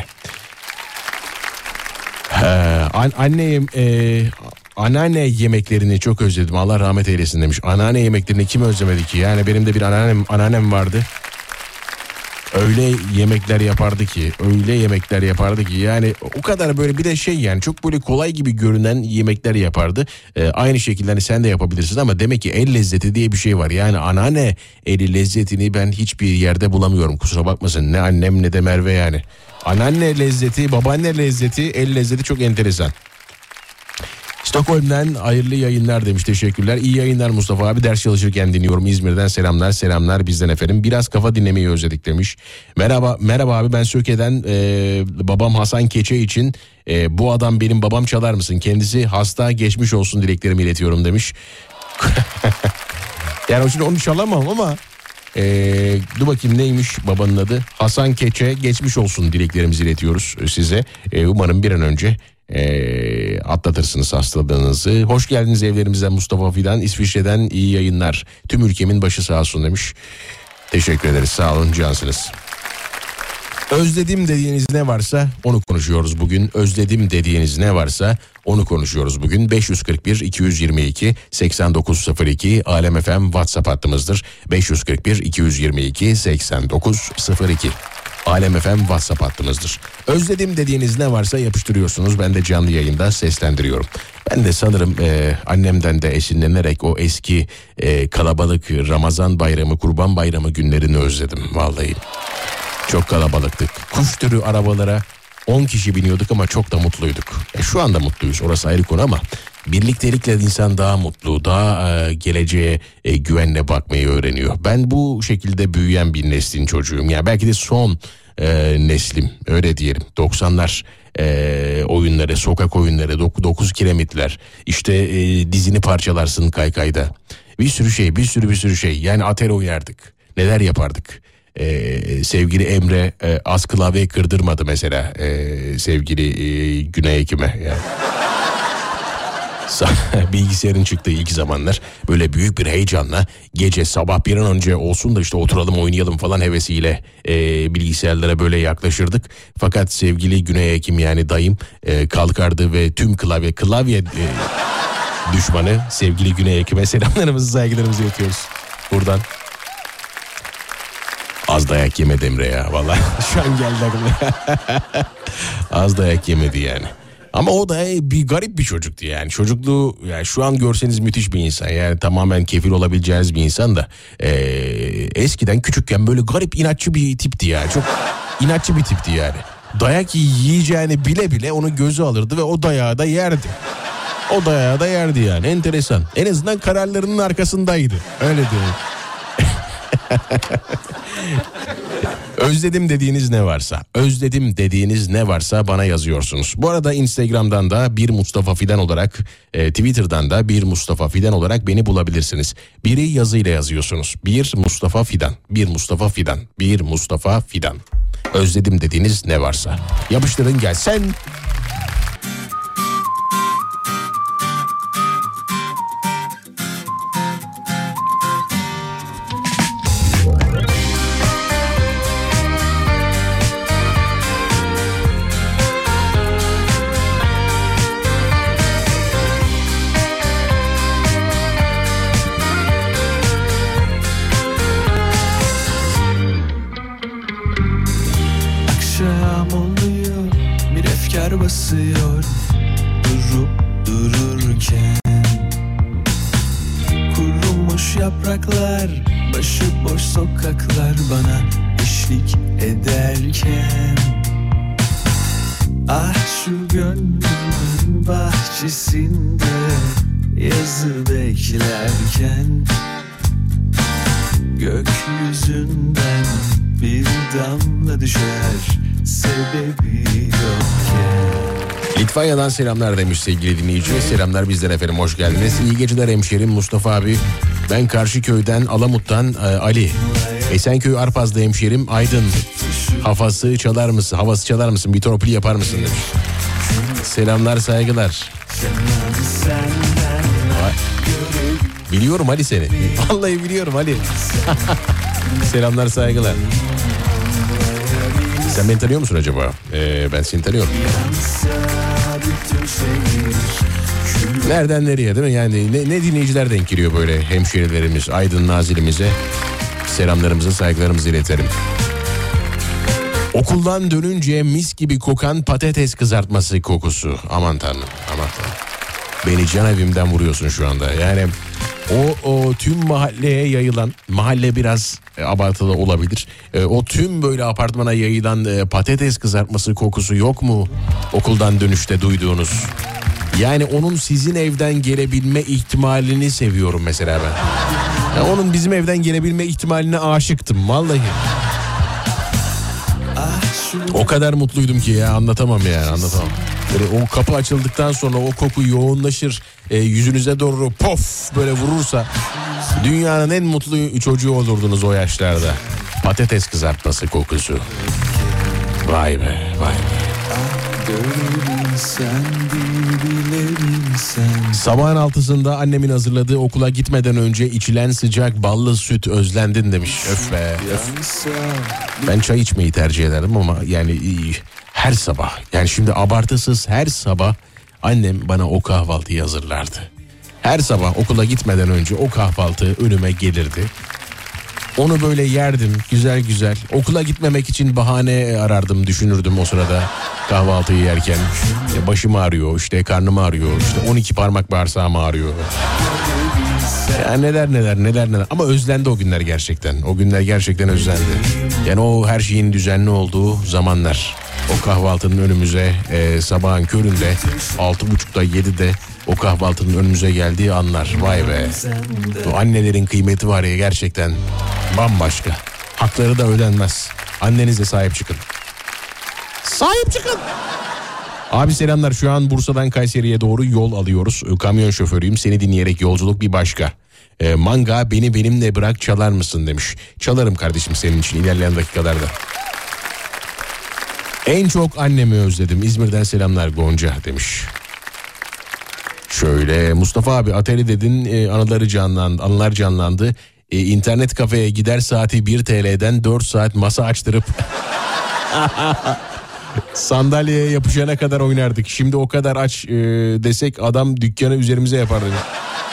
Ee, an, annem e, anneanne yemeklerini çok özledim. Allah rahmet eylesin demiş. Anneanne yemeklerini kim özlemedi ki? Yani benim de bir anneannem, anneannem vardı. Öyle yemekler yapardı ki, öyle yemekler yapardı ki, yani o kadar böyle, bir de şey, yani çok böyle kolay gibi görünen yemekler yapardı. Ee, aynı şekilde hani sen de yapabilirsin ama demek ki el lezzeti diye bir şey var. Yani anneanne eli lezzetini ben hiçbir yerde bulamıyorum, kusura bakmasın. Ne annem ne de Merve yani. Anneanne lezzeti, babaanne lezzeti, el lezzeti çok enteresan. Stockholm'den hayırlı yayınlar demiş, teşekkürler. İyi yayınlar Mustafa abi, ders çalışırken dinliyorum. İzmir'den selamlar, selamlar bizden efendim. Biraz kafa dinlemeyi özledik demiş. Merhaba merhaba abi, ben Söke'den e, babam Hasan Keçe için e, bu adam benim babam çalar mısın? Kendisi hasta, geçmiş olsun dileklerimi iletiyorum demiş. Yani şimdi onu çalamam ama e, dur bakayım neymiş babanın adı? Hasan Keçe, geçmiş olsun dileklerimizi iletiyoruz size. E, umarım bir an önce E, atlatırsınız hastalığınızı. Hoş geldiniz evlerimizden Mustafa Fidan. İsviçre'den iyi yayınlar. Tüm ülkemin başı sağ olsun demiş. Teşekkür ederiz, sağ olun, cansınız. Özledim dediğiniz ne varsa onu konuşuyoruz bugün. Özledim dediğiniz ne varsa onu konuşuyoruz bugün. beş yüz kırk bir iki yüz yirmi iki seksen dokuz sıfır iki Alem F M WhatsApp hattımızdır. beş yüz kırk bir iki yüz yirmi iki seksen dokuz sıfır iki Alem F M WhatsApp hattımızdır. Özledim dediğiniz ne varsa yapıştırıyorsunuz. Ben de canlı yayında seslendiriyorum. Ben de sanırım e, annemden de esinlenerek o eski e, kalabalık Ramazan bayramı, Kurban bayramı günlerini özledim vallahi. Çok kalabalıktık. Kuş türü arabalara on kişi biniyorduk ama çok da mutluyduk. E, şu anda mutluyuz, orası ayrı konu ama birliktelikle insan daha mutlu, daha e, geleceğe e, güvenle bakmayı öğreniyor. Ben bu şekilde büyüyen bir neslin çocuğuyum. Yani belki de son e, neslim, öyle diyelim. doksanlar e, oyunları, sokak oyunları, dokuz kiremitler, işte e, dizini parçalarsın kaykayda. Bir sürü şey, bir sürü bir sürü şey. Yani atel oynardık. Neler yapardık? Ee, sevgili Emre e, az klavye kırdırmadı mesela ee, sevgili e, Güney Ekim'e yani. Bilgisayarın çıktığı ilk zamanlar böyle büyük bir heyecanla gece sabah bir an önce olsun da işte oturalım oynayalım falan hevesiyle e, bilgisayarlara böyle yaklaşırdık. Fakat sevgili Güney Ekim yani dayım e, kalkardı ve tüm klavye klavye e, düşmanı sevgili Güney Ekim'e selamlarımızı, saygılarımızı iletiyoruz buradan. Az dayak yemedi Emre ya vallahi şu an geldi aklıma. Az dayak yemedi yani. Ama o da bir garip bir çocuktu yani. Çocukluğu yani şu an görseniz müthiş bir insan. Yani tamamen kefil olabileceğiniz bir insan da ee, eskiden küçükken böyle garip inatçı bir tipti yani. Çok inatçı bir tipti yani. Dayak yiyeceğini bile bile onu gözü alırdı ve o dayağı da yerdi. O dayağı da yerdi yani, enteresan. En azından kararlarının arkasındaydı. Öyle diyorum. Özledim dediğiniz ne varsa, özledim dediğiniz ne varsa bana yazıyorsunuz. Bu arada Instagram'dan da bir Mustafa Fidan olarak, e, Twitter'dan da bir Mustafa Fidan olarak beni bulabilirsiniz. Biri yazıyla yazıyorsunuz. Bir Mustafa Fidan, bir Mustafa Fidan, bir Mustafa Fidan. Özledim dediğiniz ne varsa yapıştırın gelsin. Basıyor durup dururken, kurumuş yapraklar, başıboş sokaklar bana eşlik ederken, ah şu gönlümün bahçesinde yazı beklerken, gökyüzünden bir damla düşer sebebi yokken. Litvanya'dan selamlar demiş sevgili dinleyici. Selamlar bizden efendim, hoş geldiniz. İyi geceler hemşerim Mustafa abi. Ben Karşыкöy'den Alamut'tan e, Ali. Esenköy Arpaz'da hemşerim Aydın. Havası çalar mısın? Havası çalar mısın? Bir torpil yapar mısın demiş. Selamlar, saygılar. Biliyorum Ali seni. Vallahi biliyorum Ali. Selamlar, saygılar. Sen beni tanıyor musun acaba? Ee, ben seni tanıyorum. Nereden nereye değil mi? Yani ne, ne dinleyiciler denk geliyor böyle hemşehrilerimiz, Aydın Nazilimize. Selamlarımızı, saygılarımızı iletelim. Okuldan dönünce mis gibi kokan patates kızartması kokusu. Aman tanrım, aman tanrım. Beni can evimden vuruyorsun şu anda. Yani o, o tüm mahalleye yayılan, mahalle biraz e, abartılı olabilir. E, o tüm böyle apartmana yayılan e, patates kızartması kokusu yok mu? Okuldan dönüşte duyduğunuz. Yani onun sizin evden gelebilme ihtimalini seviyorum mesela ben. Yani onun bizim evden gelebilme ihtimaline aşıktım vallahi. O kadar mutluydum ki ya, anlatamam yani, anlatamam. Böyle o kapı açıldıktan sonra o koku yoğunlaşır, e, yüzünüze doğru pof böyle vurursa dünyanın en mutlu çocuğu olurdunuz o yaşlarda. Patates kızartması kokusu. Vay be, vay be. Görebilsen bir bilebilsen. Sabahın altısında annemin hazırladığı okula gitmeden önce içilen sıcak ballı süt özlendin demiş. Öf be öf. Ben çay içmeyi tercih ederdim ama yani iyi. Her sabah, yani şimdi abartısız her sabah annem bana o kahvaltıyı hazırlardı. Her sabah okula gitmeden önce o kahvaltı önüme gelirdi. Onu böyle yerdim güzel güzel. Okula gitmemek için bahane arardım, düşünürdüm o sırada kahvaltıyı yerken. İşte başım ağrıyor, işte karnım ağrıyor, işte on iki parmak bağırsağım ağrıyor. Ya neler neler neler neler. Ama özlendi o günler gerçekten. O günler gerçekten özlendi. Yani o her şeyin düzenli olduğu zamanlar. O kahvaltının önümüze e, sabahın köründe altı buçukta yedide o kahvaltının önümüze geldiği anlar. Vay be. O annelerin kıymeti var ya gerçekten bambaşka. Hakları da ödenmez. Annenize sahip çıkın. Sahip çıkın. Abi selamlar, şu an Bursa'dan Kayseri'ye doğru yol alıyoruz. Kamyon şoförüyüm, seni dinleyerek yolculuk bir başka. E, manga beni benimle bırak çalar mısın demiş. Çalarım kardeşim senin için ilerleyen dakikalarda. En çok annemi özledim. İzmir'den selamlar Gonca demiş. Şöyle Mustafa abi Atari dedin, e, anıları canlandı, anılar canlandı. E, internet kafeye gider saati bir T L'den dört saat masa açtırıp sandalyeye yapışana kadar oynardık. Şimdi o kadar aç e, desek adam dükkanı üzerimize yapar demiş.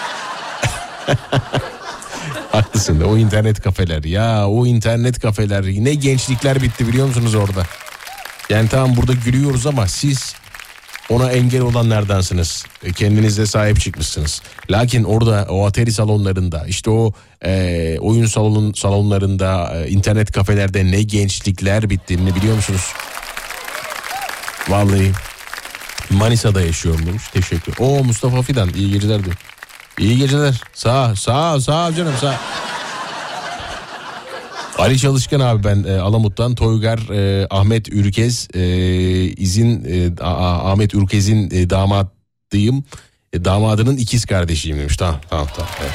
Haklısın, o internet kafeler ya, o internet kafeler, ne gençlikler bitti biliyor musunuz orada? Yani tamam burada gülüyoruz ama siz ona engel olanlardansınız. Kendinize sahip çıkmışsınız. Lakin orada o Atari salonlarında, işte o e, oyun salonun salonlarında, e, internet kafelerde ne gençlikler bittiğini biliyor musunuz? Vallahi Manisa'da yaşıyorum demiş. Teşekkür. Oo Mustafa Fidan, iyi geceler diyor. İyi geceler. Sağ sağ sağ canım sağ. Ali Çalışkan abi ben e, Alamut'tan. Toygar e, Ahmet Ürkez e, izin e, a, Ahmet Ürkez'in e, damadıyım. E, damadının ikiz kardeşiyim demiş. Tamam tamam tamam. Evet.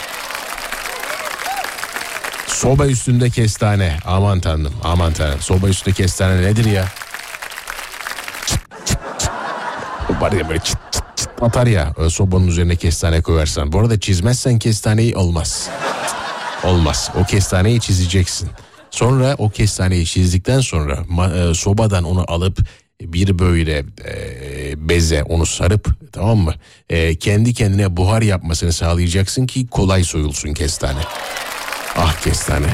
Soba üstünde kestane. Aman tanrım aman tanrım. Soba üstünde kestane nedir ya? Çıt çıt çıt. Var ya böyle çıt çıt çıt atar ya. Sobanın üzerine kestane koyarsan. Bu arada çizmezsen kestaneyi olmaz. Olmaz. O kestaneyi çizeceksin. Sonra o kestaneyi çizdikten sonra e, sobadan onu alıp bir böyle e, beze onu sarıp, tamam mı? E, kendi kendine buhar yapmasını sağlayacaksın ki kolay soyulsun kestane. Ah kestane.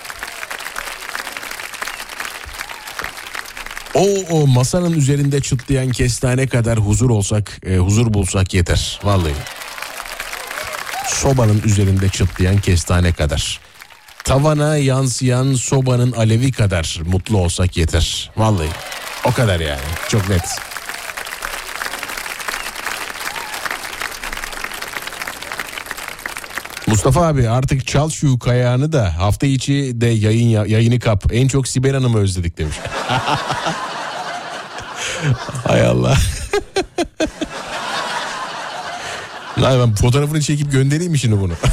O, o masanın üzerinde çıtlayan kestane kadar huzur olsak, e, huzur bulsak yeter. Vallahi. Sobanın üzerinde çıtlayan kestane kadar. Tavana yansıyan sobanın alevi kadar mutlu olsak yeter. Vallahi o kadar yani, çok net. Mustafa abi artık çal şu kayağını da hafta içi de yayın yayını kap. En çok Sibel Hanım'ı özledik demiş. Hay Allah. Lan ben fotoğrafını çekip göndereyim mi şimdi bunu?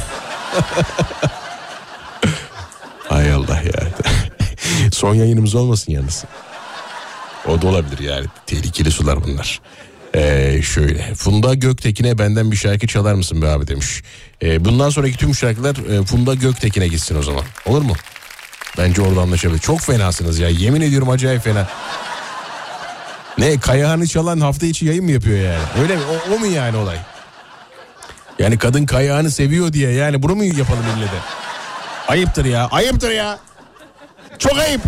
Hay Allah ya. Son yayınımız olmasın yalnız. O da olabilir yani. Tehlikeli sular bunlar. Ee, şöyle. Funda Göktekin'e benden bir şarkı çalar mısın be abi demiş. Ee, bundan sonraki tüm şarkılar e, Funda Göktekin'e gitsin o zaman. Olur mu? Bence orada anlaşabilir. Çok fenasınız ya. Yemin ediyorum acayip fena. Ne, kayağını çalan hafta içi yayın mı yapıyor yani? Öyle mi? O, o mu yani olay? Yani kadın kayağını seviyor diye yani bunu mu yapalım ille de? Ayıptır ya, ayıptır ya. Çok ayıp.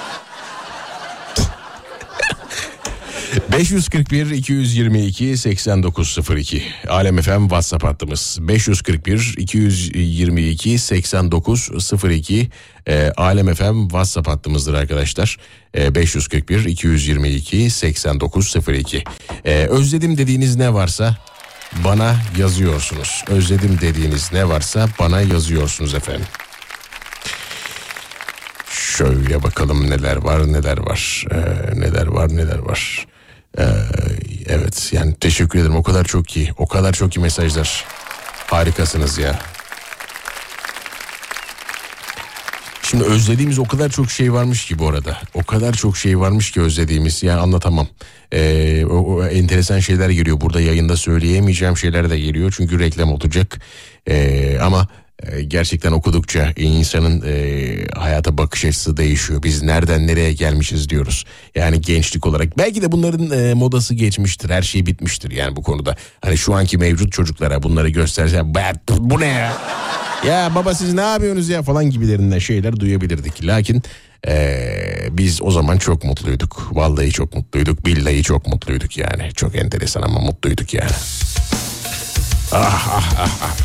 beş yüz kırk bir iki yüz yirmi iki seksen dokuz sıfır iki Alem F M WhatsApp hattımız beş yüz kırk bir iki yüz yirmi iki seksen dokuz sıfır iki e, Alem F M WhatsApp hattımızdır arkadaşlar. e, beş yüz kırk bir iki yüz yirmi iki seksen dokuz sıfır iki e, özledim dediğiniz ne varsa bana yazıyorsunuz. Özledim dediğiniz ne varsa bana yazıyorsunuz efendim. Şöyle bakalım neler var neler var ee, neler var neler var. Ee, evet yani teşekkür ederim, o kadar çok iyi, o kadar çok iyi mesajlar. Harikasınız ya. Şimdi özlediğimiz o kadar çok şey varmış ki bu arada. O kadar çok şey varmış ki özlediğimiz. Yani anlatamam. Ee, o, o enteresan şeyler geliyor. Burada yayında söyleyemeyeceğim şeyler de geliyor. Çünkü reklam olacak. Ee, ama e, gerçekten okudukça insanın e, hayata bakış açısı değişiyor. Biz nereden nereye gelmişiz diyoruz. Yani gençlik olarak. Belki de bunların e, modası geçmiştir. Her şey bitmiştir yani bu konuda. Hani şu anki mevcut çocuklara bunları göstersen bu ne ya? Ya baba siz ne yapıyorsunuz ya falan gibilerinden şeyler duyabilirdik. Lakin ee, biz o zaman çok mutluyduk. Vallahi çok mutluyduk. Billahi çok mutluyduk yani. Çok enteresan ama mutluyduk yani. Ah ah ah ah.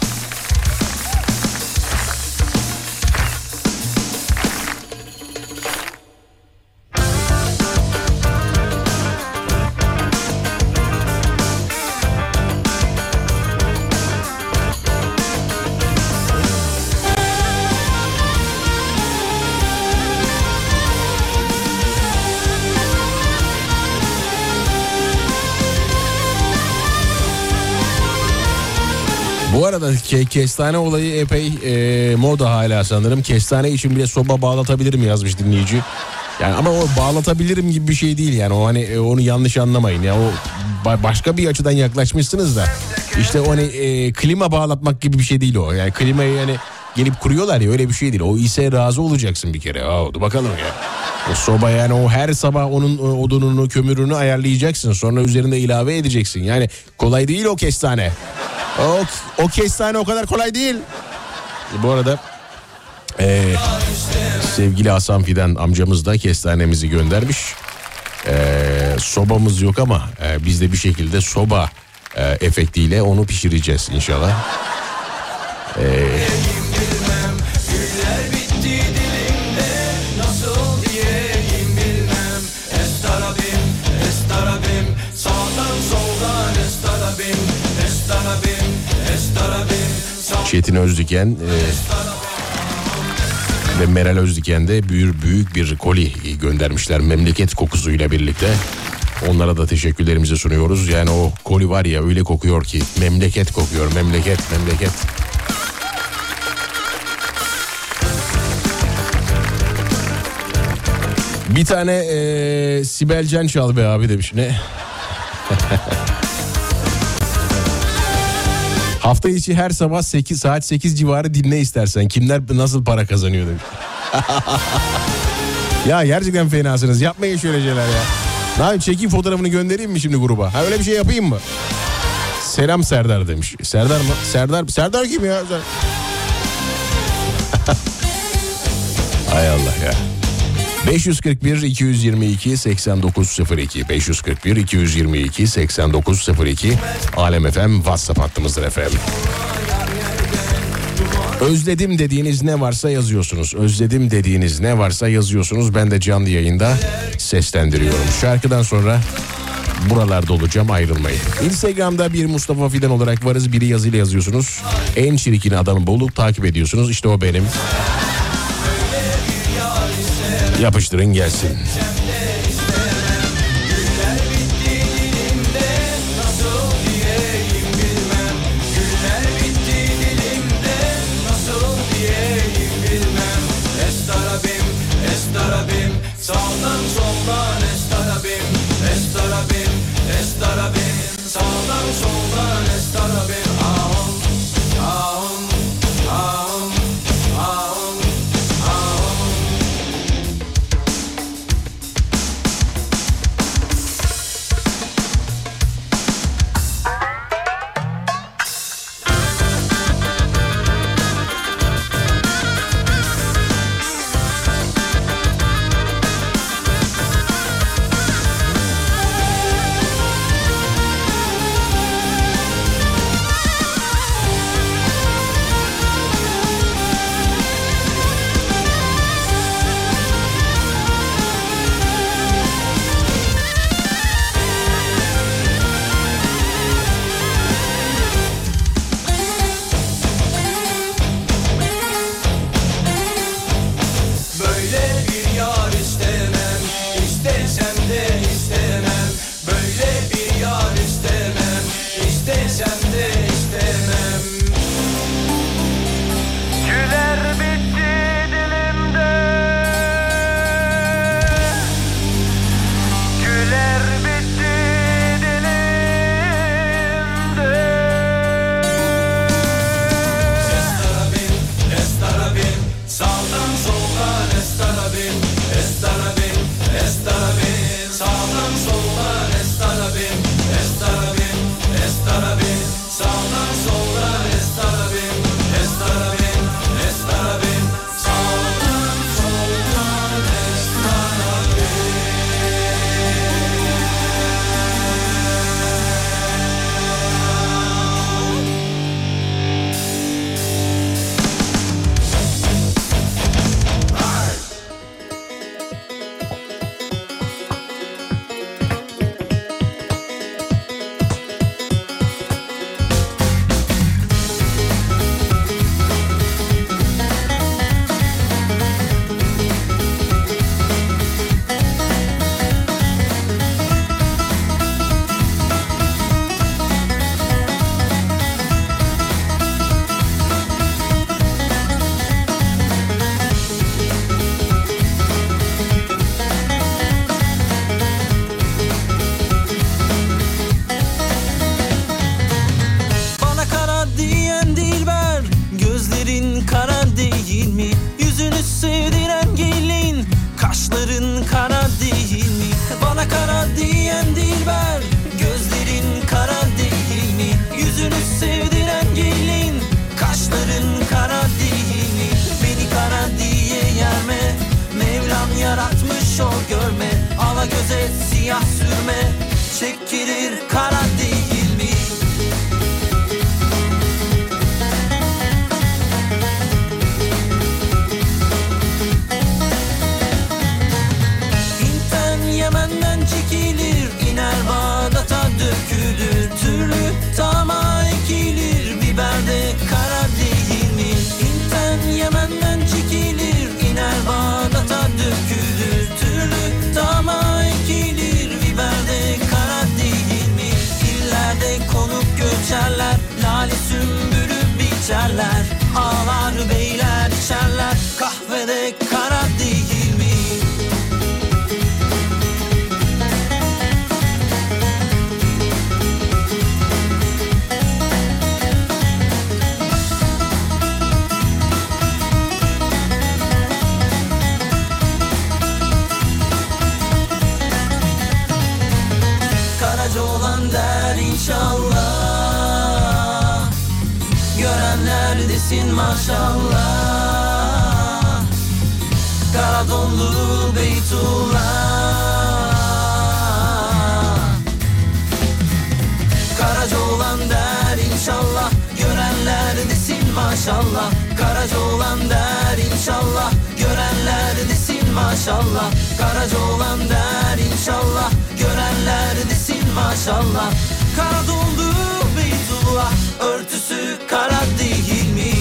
Bu arada ke- kestane olayı epey e, moda hala sanırım. Kestane için bile soba bağlatabilirim yazmış dinleyici. Yani ama o bağlatabilirim gibi bir şey değil yani. O hani e, onu yanlış anlamayın. Ya o ba- başka bir açıdan yaklaşmışsınız da. İşte o hani e, klima bağlatmak gibi bir şey değil o. Yani klimayı yani gelip kuruyorlar ya öyle bir şey değil. O ise razı olacaksın bir kere. Aa, bakalım ya. O soba yani o her sabah onun odununu, kömürünü ayarlayacaksın. Sonra üzerinde ilave edeceksin. Yani kolay değil o kestane. O, o kestane o kadar kolay değil. Bu arada e, sevgili Hasan Fidan amcamız da kestanemizi göndermiş. E, sobamız yok ama e, biz de bir şekilde soba e, efektiyle onu pişireceğiz inşallah. Eee... Çetin Özdiken e, ve Meral Özdiken de büyük, büyük bir koli göndermişler memleket kokusuyla birlikte. Onlara da teşekkürlerimizi sunuyoruz. Yani o koli var ya öyle kokuyor ki memleket kokuyor, memleket, memleket. Bir tane e, Sibel Can çal be abi demiş. Ne? Hafta içi her sabah sekiz saat sekiz civarı dinle istersen. Kimler nasıl para kazanıyor demiş. Ya gerçekten fenasınız. Yapmayın şöyle şeyler ya. Ne yapayım, çekeyim fotoğrafını göndereyim mi şimdi gruba? Ha öyle bir şey yapayım mı? Selam Serdar demiş. Serdar mı? Serdar Serdar kim ya? Hay Allah ya. beş yüz kırk bir iki yüz yirmi iki seksen dokuz sıfır iki beş yüz kırk bir iki yüz yirmi iki seksen dokuz sıfır iki Alem F M WhatsApp hattımızdır efendim. Özledim dediğiniz ne varsa yazıyorsunuz. Özledim dediğiniz ne varsa yazıyorsunuz. Ben de canlı yayında seslendiriyorum. Şarkıdan sonra buralarda olacağım, ayrılmayın. Instagram'da bir Mustafa Fidan olarak varız. Biri yazıyla yazıyorsunuz. En çirkin adamı bulup takip ediyorsunuz. İşte o benim. Yapıştırın gelsin. Sağdan soldan estarabim, estarabim, estarabim. Sağdan soldan estarabim. Ahum, ahum, ahum, ahum, ahum. Kaşların kara değil mi? Bana kara diyen dilber. Gözlerin kara değil mi? Yüzünü sevdiren gelin. Kaşların kara değil mi? Beni kara diye yerme. Mevlam yaratmış o görme. Ala göze siyah sürme. Çekilir kara değil mi? Hinten Yemen'den çekilir. İner Bağdat'a dökülür. Türlü tama ekilir. Biberde kara değil mi? Hinten Yemen'den çekilir. İner Bağdat'a dökülür. Türlü tama ekilir. Biberde kara değil mi? İllerde konup göçerler. Lale sümbülü biçerler. Ağlar beyler içerler. Kahvede kara değil mi? Karaca olan der inşallah. Görenler desin maşallah. Karadonlu Beytullah. Karaca olan der inşallah. Görenler desin maşallah. Karaca olan der inşallah. Görenler desin maşallah. Karaca olan der inşallah. Görenler desin maşallah. Kara doldu Beytullah. Örtüsü kara değil mi?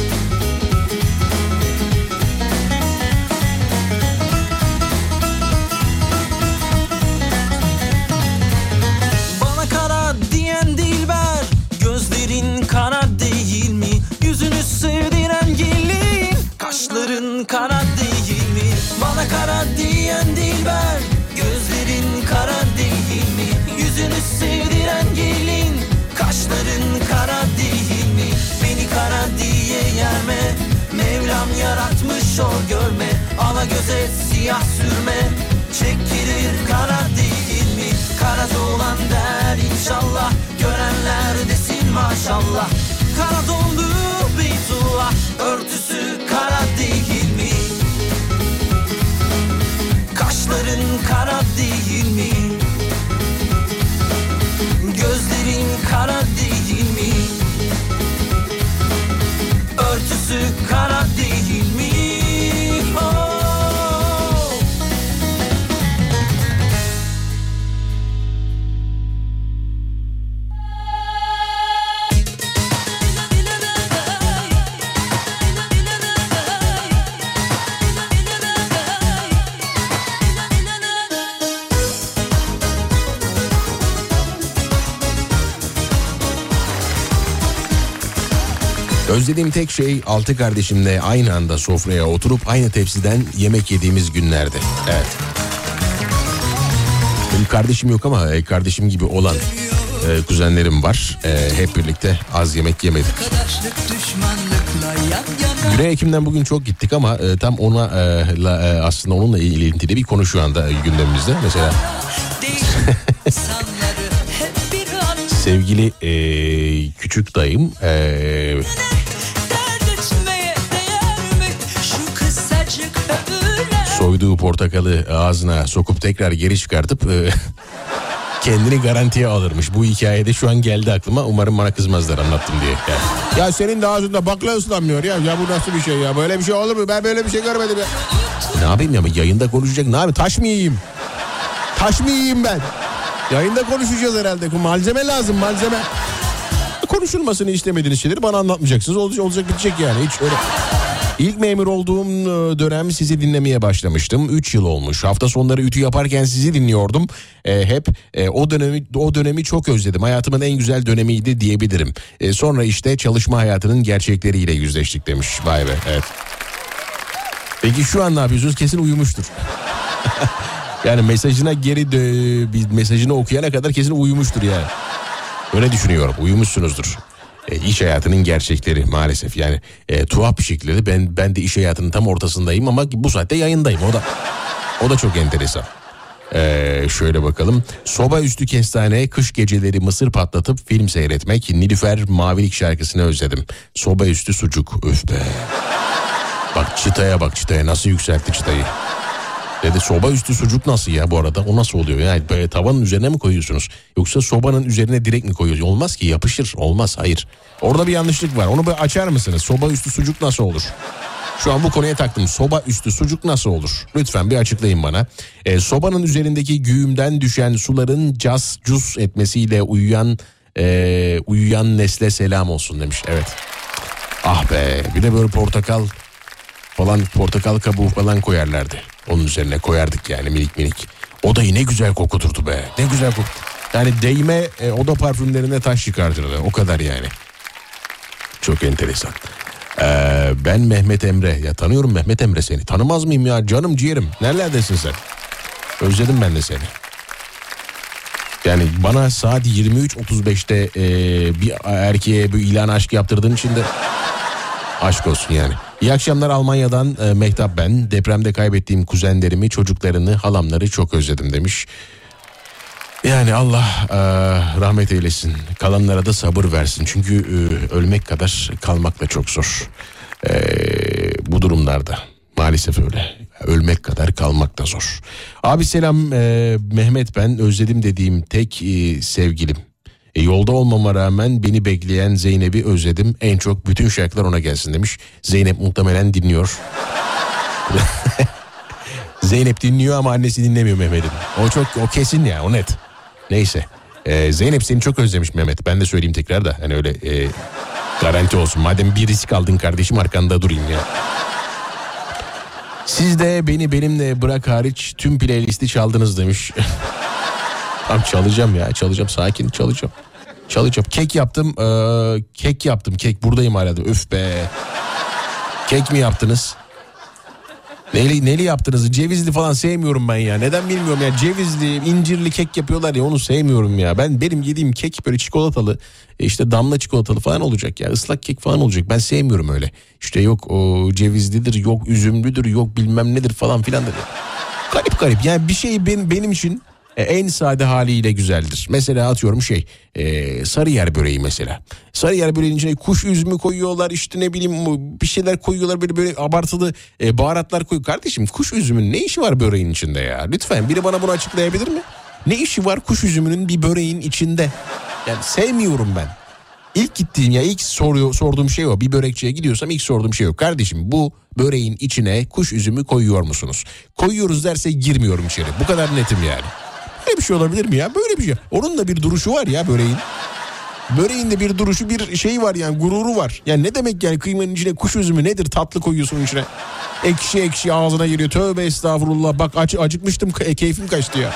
Bana kara diyen dilber. Gözlerin kara değil mi? Yüzünü sevdiren gelin. Kaşların kara değil mi? Bana kara diyen dilber. Gözlerin kara değil mi? Yüzünü sevdiren gelin. Kaşların kara değil mi? Beni kara diye yerme. Mevlam yaratmış o görme. Ala göze siyah sürme. Çekilir kara değil mi? Karaca olan der inşallah. Görenler desin maşallah. Kara dondu Beytullah. Örtüsü kara değil mi? Kaşların kara değil mi? Gözlerin kara değil mi? Örtüsü kara değil mi? Oh. Özlediğim tek şey altı kardeşimle aynı anda sofraya oturup aynı tepsiden yemek yediğimiz günlerdi. Evet. Benim kardeşim yok ama kardeşim gibi olan e, kuzenlerim var. E, hep birlikte az yemek yemedik. Güney Ekim'den bugün çok gittik ama e, tam ona e, la, e, aslında onunla ilintili bir konu şu anda gündemimizde. Mesela sevgili e, küçük dayım e, soyduğu portakalı ağzına sokup tekrar geri çıkartıp e, kendini garantiye alırmış. Bu hikayede şu an geldi aklıma. Umarım bana kızmazlar anlattım diye. Yani. Ya senin de ağzında bakla ıslanmıyor ya. Ya bu nasıl bir şey ya? Böyle bir şey olur mu? Ben böyle bir şey görmedim ya. Ne yapayım ya? Yayında konuşacak. Ne yapayım? Taş mı yiyeyim? Taş mı yiyeyim ben? Yayında konuşacağız herhalde. Malzeme lazım, malzeme. Konuşulmasını istemediğiniz şeyleri bana anlatmayacaksınız. Olacak, olacak bitecek yani. Hiç öyle. İlk memur olduğum dönem sizi dinlemeye başlamıştım. üç yıl olmuş. Hafta sonları ütü yaparken sizi dinliyordum. E, hep e, o dönemi o dönemi çok özledim. Hayatımın en güzel dönemiydi diyebilirim. E, sonra işte çalışma hayatının gerçekleriyle yüzleştik demiş. Vay be, evet. Peki şu an ne yapıyorsunuz? Kesin uyumuştur. Yani mesajına geri dö- bir mesajını okuyana kadar kesin uyumuştur yani. Öyle düşünüyorum. Uyumuşsunuzdur. E, iş hayatının gerçekleri maalesef. Yani e, tuhaf bir şekilde ben ben de iş hayatının tam ortasındayım ama bu saatte yayındayım. O da O da çok enteresan. Ee, şöyle bakalım. Soba üstü kestane, kış geceleri mısır patlatıp film seyretmek. Nilüfer Mavilik şarkısını özledim. Soba üstü sucuk. Öf be. Bak çıtaya bak çıtaya nasıl yükseltti çıtayı. Dedi soba üstü sucuk nasıl ya bu arada? O nasıl oluyor? Yani böyle tavanın üzerine mi koyuyorsunuz? Yoksa sobanın üzerine direkt mi koyuyorsunuz? Olmaz ki, yapışır. Olmaz, hayır. Orada bir yanlışlık var. Onu bir açar mısınız? Soba üstü sucuk nasıl olur? Şu an bu konuya taktım. Soba üstü sucuk nasıl olur? Lütfen bir açıklayın bana. Ee, sobanın üzerindeki güğümden düşen suların cas cus etmesiyle uyuyan e, uyuyan nesle selam olsun demiş. Evet. Ah be, bir de böyle portakal falan, portakal kabuğu falan koyarlardı. Onun üzerine koyardık yani minik minik. O da ne güzel kokuturdu be. Ne güzel kokut. Yani değme e, oda parfümlerine taş çıkartırdı. O kadar yani. Çok enteresan. Ee, ben Mehmet Emre. Ya tanıyorum Mehmet Emre seni. Tanımaz mıyım ya? Canım ciğerim. Nerelerdesin sen? Özledim ben de seni. Yani bana saat yirmi üç otuz beşte e, bir erkeğe bir ilan aşk yaptırdığın için de aşk olsun yani. İyi akşamlar Almanya'dan e, Mehtap ben. Depremde kaybettiğim kuzenlerimi, çocuklarını, halamları çok özledim demiş. Yani Allah e, rahmet eylesin. Kalanlara da sabır versin. Çünkü e, ölmek kadar kalmak da çok zor. E, bu durumlarda maalesef öyle. Ölmek kadar kalmak da zor. Abi selam e, Mehmet ben. Özledim dediğim tek e, sevgilim. E, yolda olmama rağmen beni bekleyen Zeynep'i özledim. En çok bütün şarkılar ona gelsin demiş. Zeynep muhtemelen dinliyor. Zeynep dinliyor ama annesi dinlemiyor Mehmet'in. O çok, o kesin ya, o net. Neyse. Ee, Zeynep seni çok özlemiş Mehmet. Ben de söyleyeyim tekrar da. Hani öyle e, garanti olsun. Madem bir risk aldın kardeşim, arkanda durayım ya. Siz de beni benimle bırak hariç tüm playlisti çaldınız demiş. Tamam çalacağım ya, çalacağım, sakin çalacağım. Çalacağım. Kek yaptım. Ee, kek yaptım. Kek buradayım hala da. Öf be. Kek mi yaptınız? Neli, neli yaptınız? Cevizli falan sevmiyorum ben ya. Neden bilmiyorum ya. Cevizli, incirli kek yapıyorlar ya, onu sevmiyorum ya. Ben benim yediğim kek böyle çikolatalı, işte damla çikolatalı falan olacak ya. Islak kek falan olacak. Ben sevmiyorum öyle. İşte yok o cevizlidir, yok üzümlüdür, yok bilmem nedir falan filandır. Garip garip. Yani bir şey benim benim için en sade haliyle güzeldir. Mesela atıyorum şey e, Sarıyer böreği mesela. Sarıyer böreğinin içine kuş üzümü koyuyorlar, işte ne bileyim bir şeyler koyuyorlar, böyle böyle abartılı e, baharatlar koyuyor. Kardeşim kuş üzümünün ne işi var böreğin içinde ya? Lütfen biri bana bunu açıklayabilir mi? Ne işi var kuş üzümünün bir böreğin içinde? Yani sevmiyorum ben. İlk gittiğim ya ilk soruyor, sorduğum şey o. Bir börekçiye gidiyorsam ilk sorduğum şey o. Kardeşim bu böreğin içine kuş üzümü koyuyor musunuz? Koyuyoruz derse girmiyorum içeri. Bu kadar netim yani. Böyle bir şey olabilir mi ya? Böyle bir şey. Onun da bir duruşu var ya böreğin. Böreğin de bir duruşu, bir şey var yani, gururu var. Yani ne demek yani kıymanın içine kuş üzümü nedir? Tatlı koyuyorsun içine. Ekşi ekşi ağzına giriyor. Tövbe estağfurullah. Bak acı, acıkmıştım, keyfim kaçtı ya.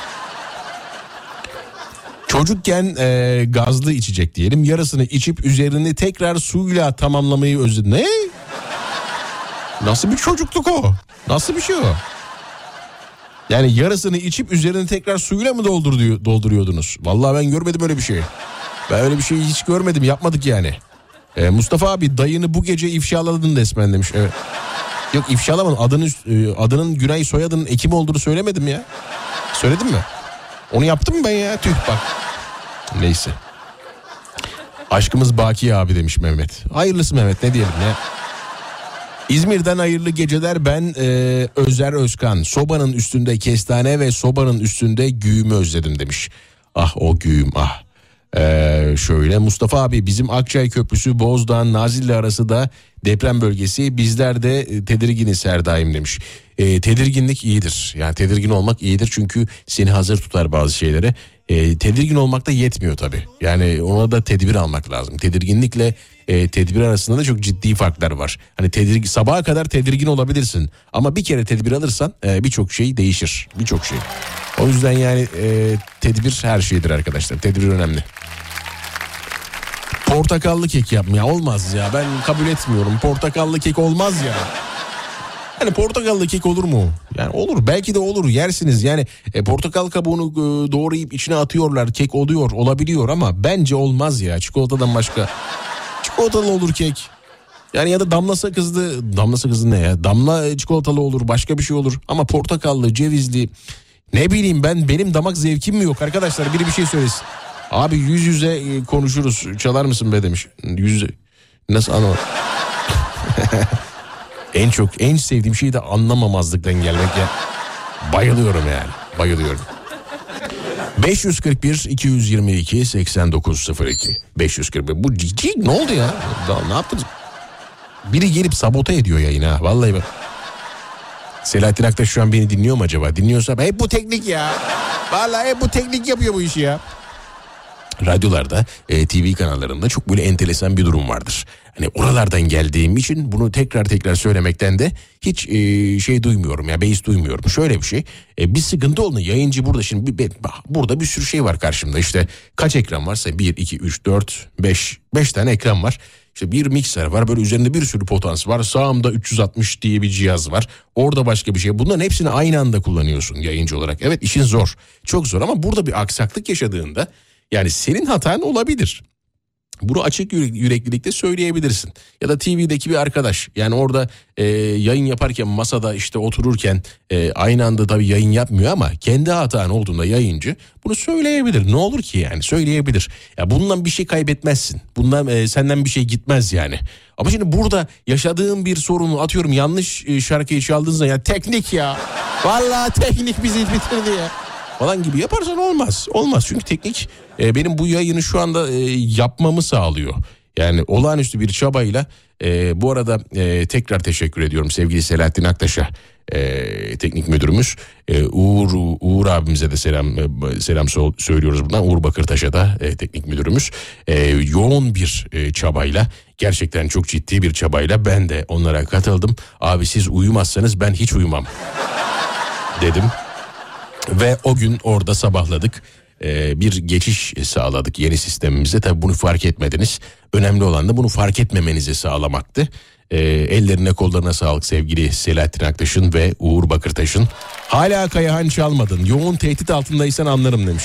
Çocukken e, gazlı içecek diyelim. Yarısını içip üzerini tekrar suyla tamamlamayı özledim. Ne? Nasıl bir çocukluk o? Nasıl bir şey o? Yani yarısını içip üzerini tekrar suyla mı dolduruyor, dolduruyordunuz? Vallahi ben görmedim öyle bir şey. Ben öyle bir şeyi hiç görmedim, yapmadık yani. Ee, Mustafa abi dayını bu gece ifşaladın resmen demiş. Evet. Yok ifşalamadım, adını, adının Günay soyadının Ekim olduğunu söylemedim ya. Söyledim mi? Onu yaptım mı ben ya? Tüh bak. Neyse. Aşkımız baki abi demiş Mehmet. Hayırlısı Mehmet, ne diyelim ya. İzmir'den hayırlı geceler, ben e, Özer Özkan. Sobanın üstünde kestane ve sobanın üstünde güğümü özledim demiş. Ah o güğüm ah. Ee, şöyle Mustafa abi bizim Akçay Köprüsü Bozdağ Nazilli arası da deprem bölgesi, bizler de tedirginiz her daim demiş. Ee, tedirginlik iyidir, yani tedirgin olmak iyidir çünkü seni hazır tutar bazı şeylere. Ee, tedirgin olmak da yetmiyor tabii, yani ona da tedbir almak lazım. Tedirginlikle e, tedbir arasında da çok ciddi farklar var. Hani tedirgin, sabaha kadar tedirgin olabilirsin ama bir kere tedbir alırsan e, birçok şey değişir, birçok şey. O yüzden yani e, tedbir her şeydir arkadaşlar, tedbir önemli. Portakallı kek yapmaya olmaz ya, ben kabul etmiyorum, portakallı kek olmaz ya. Yani portakallı kek olur mu? Yani olur, belki de olur, yersiniz yani e, portakal kabuğunu e, doğrayıp içine atıyorlar, kek oluyor, olabiliyor ama bence olmaz ya, çikolatadan başka. Çikolatalı olur kek. Yani ya da damla sakızlı, damla sakızlı ne ya? Damla çikolatalı olur, başka bir şey olur. Ama portakallı, cevizli, ne bileyim ben, benim damak zevkim mi yok arkadaşlar? Biri bir şey söylesin. Abi yüz yüze konuşuruz, çalar mısın be demiş. Yüz yüze nasıl anlamadım? En çok, en sevdiğim şey de anlamamazlıktan gelmek ya. Bayılıyorum yani, bayılıyorum. beş yüz kırk bir iki yüz yirmi iki seksen dokuz sıfır iki beş yüz kırk bir. Bu ciddi ne oldu ya? Daha ne yaptınız? Biri gelip sabote ediyor yayını ha. Vallahi bak. Selahattin Aktaş şu an beni dinliyor mu acaba? Dinliyorsa hep bu teknik ya. Vallahi hep bu teknik yapıyor bu işi ya. Radyolarda, e, T V kanallarında çok böyle enteresan bir durum vardır. Hani oralardan geldiğim için bunu tekrar tekrar söylemekten de hiç e, şey duymuyorum ya, beis duymuyorum. Şöyle bir şey, e, bir sıkıntı oldu. Yayıncı burada şimdi bir, burada bir sürü şey var karşımda. İşte kaç ekran varsa bir, iki, üç, dört, beş, beş tane ekran var. İşte bir mikser var, böyle üzerinde bir sürü potans var. Sağımda üç yüz altmış diye bir cihaz var. Orada başka bir şey. Bunların hepsini aynı anda kullanıyorsun yayıncı olarak. Evet, işin zor. Çok zor ama burada bir aksaklık yaşadığında yani senin hatan olabilir. Bunu açık yüreklilikte söyleyebilirsin. Ya da T V'deki bir arkadaş, yani orada e, yayın yaparken masada işte otururken e, aynı anda tabii yayın yapmıyor ama kendi hatan olduğunda yayıncı bunu söyleyebilir. Ne olur ki yani, söyleyebilir. Ya bundan bir şey kaybetmezsin. Bundan e, senden bir şey gitmez yani. Ama şimdi burada yaşadığım bir sorunu, atıyorum yanlış e, şarkıyı çaldığın zaman ya teknik ya. Vallahi teknik bizi bitirdi ya falan gibi yaparsan olmaz. Olmaz çünkü teknik e, benim bu yayını şu anda e, yapmamı sağlıyor. Yani olağanüstü bir çabayla e, bu arada e, tekrar teşekkür ediyorum sevgili Selahattin Aktaş'a, e, teknik müdürümüz. E, Uğur Uğur abimize de selam e, selam so- söylüyoruz buradan. Uğur Bakırtaş'a da e, teknik müdürümüz. E, yoğun bir e, çabayla, gerçekten çok ciddi bir çabayla ben de onlara katıldım. Abi siz uyumazsanız ben hiç uyumam dedim. Ve o gün orada sabahladık. Ee, bir geçiş sağladık yeni sistemimize. Tabii bunu fark etmediniz. Önemli olan da bunu fark etmemenizi sağlamaktı. Ee, ellerine kollarına sağlık sevgili Selahattin Aktaş'ın ve Uğur Bakırtaş'ın. Hala Kayahan çalmadın. Yoğun tehdit altındaysan anlarım demiş.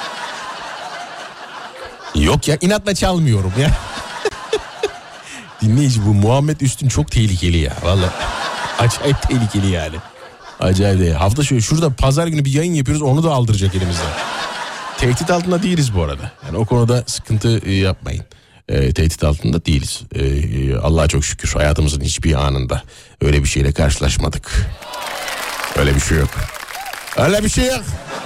Yok ya, inatla çalmıyorum ya. Dinleyici, bu Muhammed Üstün çok tehlikeli ya. Vallahi acayip tehlikeli yani. Acayip değil. Hafta şöyle şurada pazar günü bir yayın yapıyoruz, onu da aldıracak elimizden. Tehdit altında değiliz bu arada. Yani o konuda sıkıntı yapmayın. E, tehdit altında değiliz. E, Allah'a çok şükür hayatımızın hiçbir anında öyle bir şeyle karşılaşmadık. Öyle bir şey yok. Öyle bir şey yok.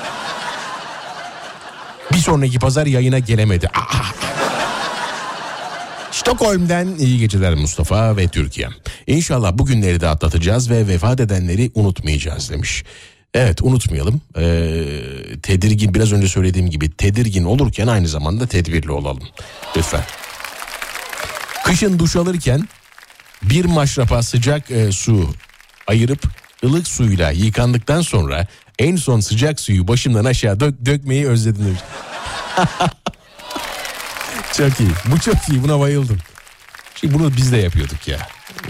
Bir sonraki pazar yayına gelemedi. Aa! Stockholm'den iyi geceler Mustafa ve Türkiye. İnşallah bugünleri de atlatacağız ve vefat edenleri unutmayacağız demiş. Evet, unutmayalım. Ee, tedirgin, biraz önce söylediğim gibi tedirgin olurken aynı zamanda tedbirli olalım. Lütfen. Kışın duş alırken bir maşrapa sıcak e, su ayırıp ılık suyla yıkandıktan sonra en son sıcak suyu başımdan aşağı dök, dökmeyi özledim demiş. Çok iyi. Bu çok iyi. Buna bayıldım. Şimdi bunu biz de yapıyorduk ya.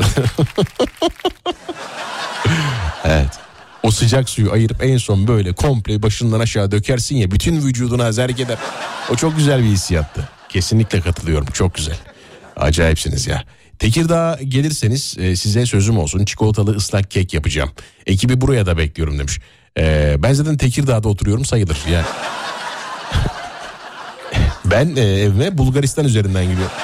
Evet. O sıcak suyu ayırıp en son böyle komple başından aşağı dökersin ya, bütün vücuduna zerk eder. O çok güzel bir hissiyattı. Kesinlikle katılıyorum. Çok güzel. Acayipsiniz ya. Tekirdağ'a gelirseniz e, size sözüm olsun, çikolatalı ıslak kek yapacağım. Ekibi buraya da bekliyorum demiş. E, ben zaten Tekirdağ'da oturuyorum sayılır yani. Ben e, evime Bulgaristan üzerinden gidiyorum.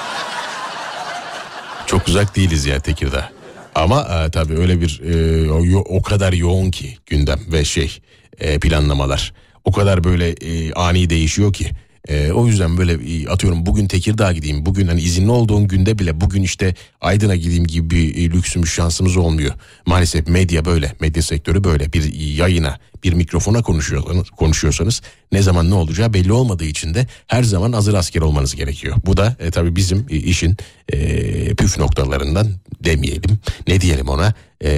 Çok uzak değiliz ya Tekirdağ. Ama e, tabii öyle bir e, o, o kadar yoğun ki gündem ve şey e, planlamalar. O kadar böyle e, ani değişiyor ki. E, o yüzden böyle e, atıyorum bugün Tekirdağ'a gideyim. Bugün hani izinli olduğum günde bile bugün işte Aydın'a gideyim gibi bir e, lüksümüz, şansımız olmuyor. Maalesef medya böyle. Medya sektörü böyle. Bir yayına, bir mikrofona konuşuyorsanız, konuşuyorsanız ne zaman ne olacağı belli olmadığı için de her zaman hazır asker olmanız gerekiyor. Bu da e, tabii bizim e, işin e, püf noktalarından demeyelim. Ne diyelim ona? E,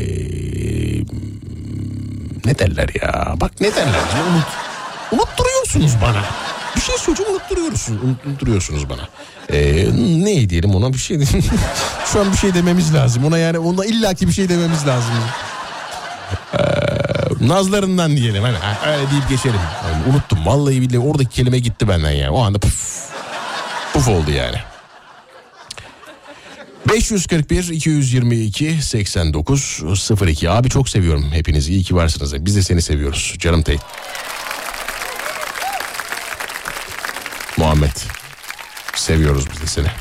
ne derler ya? Bak ne derler? Unut, unutturuyorsunuz bana. Bir şey söyleyeceğim, unutturuyorsunuz, unutturuyorsunuz bana. Ee, ne diyelim ona, bir şey şu an bir şey dememiz lazım ona, yani ona illaki bir şey dememiz lazım. Ee, nazlarından diyelim hani, öyle deyip geçelim. Yani unuttum vallahi billahi, oradaki kelime gitti benden yani. O anda puf puf oldu yani. beş yüz kırk bir iki yüz yirmi iki seksen dokuz sıfır iki. Abi çok seviyorum hepinizi, iyi ki varsınız. Biz de seni seviyoruz canım tey. Muhammed, seviyoruz biz de seni.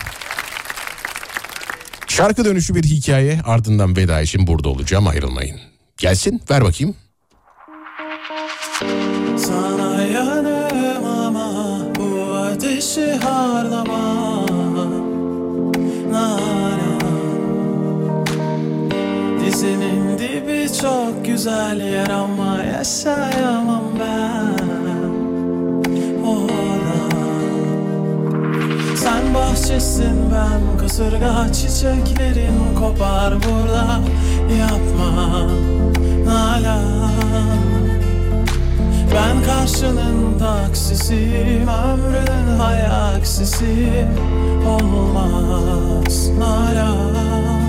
Şarkı dönüşü bir hikaye, ardından veda için burada olacağım, ayrılmayın. Gelsin, ver bakayım. Sana yanım ama bu ateşi harlama. Dizinin dibi çok güzel yer ama yaşayamam ben orada. Sen bahçesin, ben kasırga, çiçeklerin kopar burada. Yapma nalan. Ben karşının taksisiyim, ömrünün hayaksisi. Olmaz nalan.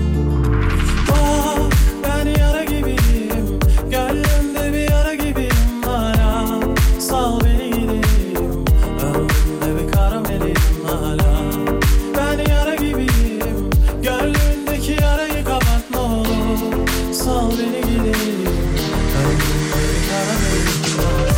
Bak ben yara gibiyim, gönlümde bir yara gibiyim nalan. Sal beni gideyim, ömrümde bir karamelim nalan. Ben yara gibiyim, gönlündeki yarayı kapat ne olur. Sal beni gideyim, ömrümde bir karamelim nalan.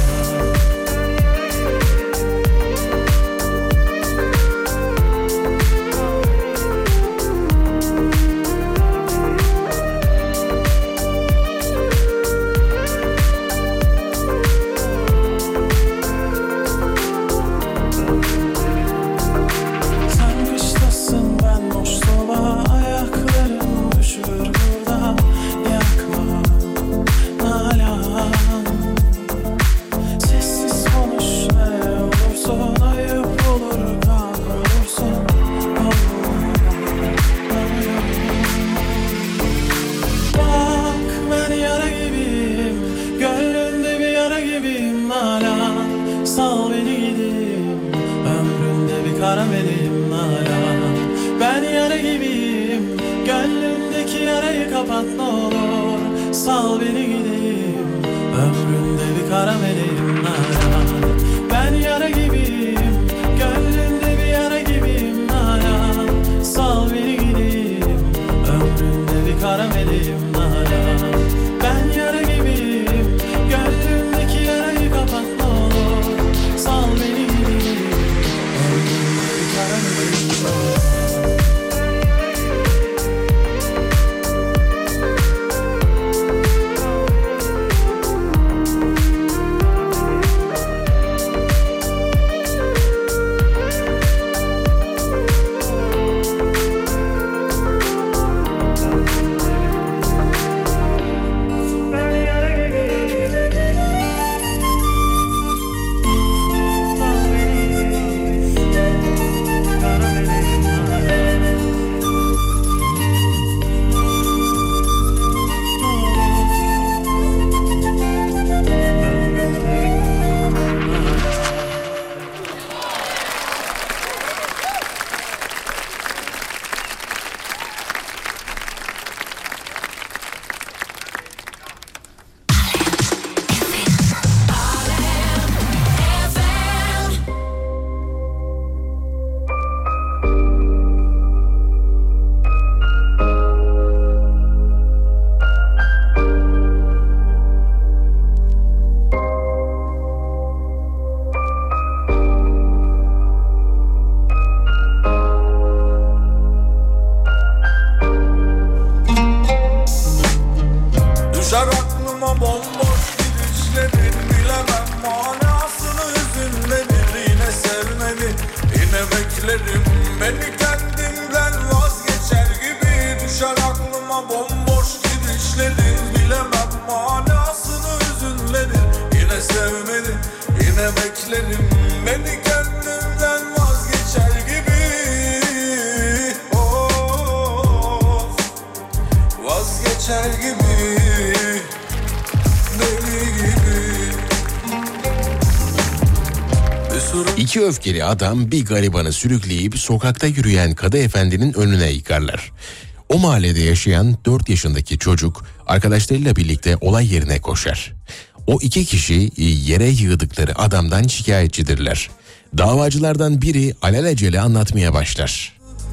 İki öfkeli adam bir garibanı sürükleyip sokakta yürüyen kadı efendinin önüne yıkarlar. O mahallede yaşayan dört yaşındaki çocuk arkadaşlarıyla birlikte olay yerine koşar. O iki kişi yere yığdıkları adamdan şikayetçidirler. Davacılardan biri alelacele anlatmaya başlar.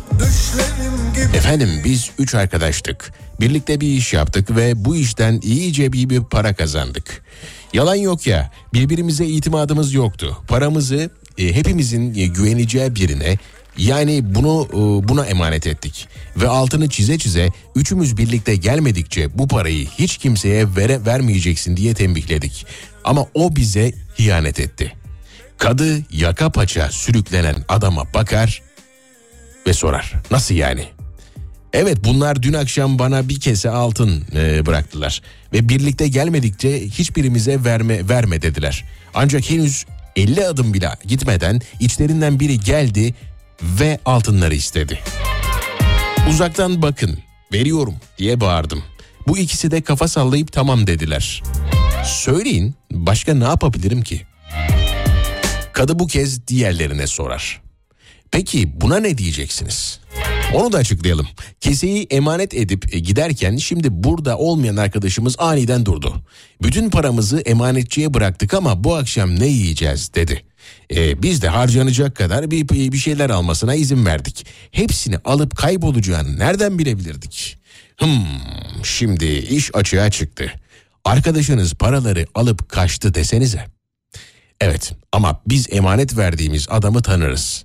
Efendim biz üç arkadaştık. Birlikte bir iş yaptık ve bu işten iyice bir, bir para kazandık. Yalan yok ya, birbirimize itimadımız yoktu. Paramızı e, hepimizin e, güveneceği birine, yani bunu e, buna emanet ettik. Ve altını çize çize üçümüz birlikte gelmedikçe bu parayı hiç kimseye vere, vermeyeceksin diye tembihledik. Ama o bize ihanet etti. Kadı yaka paça sürüklenen adama bakar ve sorar. Nasıl yani? Evet, bunlar dün akşam bana bir kese altın e, bıraktılar. Ve birlikte gelmedikçe hiçbirimize verme verme dediler. Ancak henüz elli adım bile gitmeden içlerinden biri geldi ve altınları istedi. Uzaktan bakın, veriyorum diye bağırdım. Bu ikisi de kafa sallayıp tamam dediler. Söyleyin, başka ne yapabilirim ki? Kadı bu kez diğerlerine sorar. Peki buna ne diyeceksiniz? Onu da açıklayalım. Keseyi emanet edip giderken şimdi burada olmayan arkadaşımız aniden durdu. Bütün paramızı emanetçiye bıraktık ama bu akşam ne yiyeceğiz dedi. Ee, biz de harcanacak kadar bir, bir şeyler almasına izin verdik. Hepsini alıp kaybolacağını nereden bilebilirdik? Hmm, şimdi iş açığa çıktı. Arkadaşınız paraları alıp kaçtı desenize. Evet, ama biz emanet verdiğimiz adamı tanırız.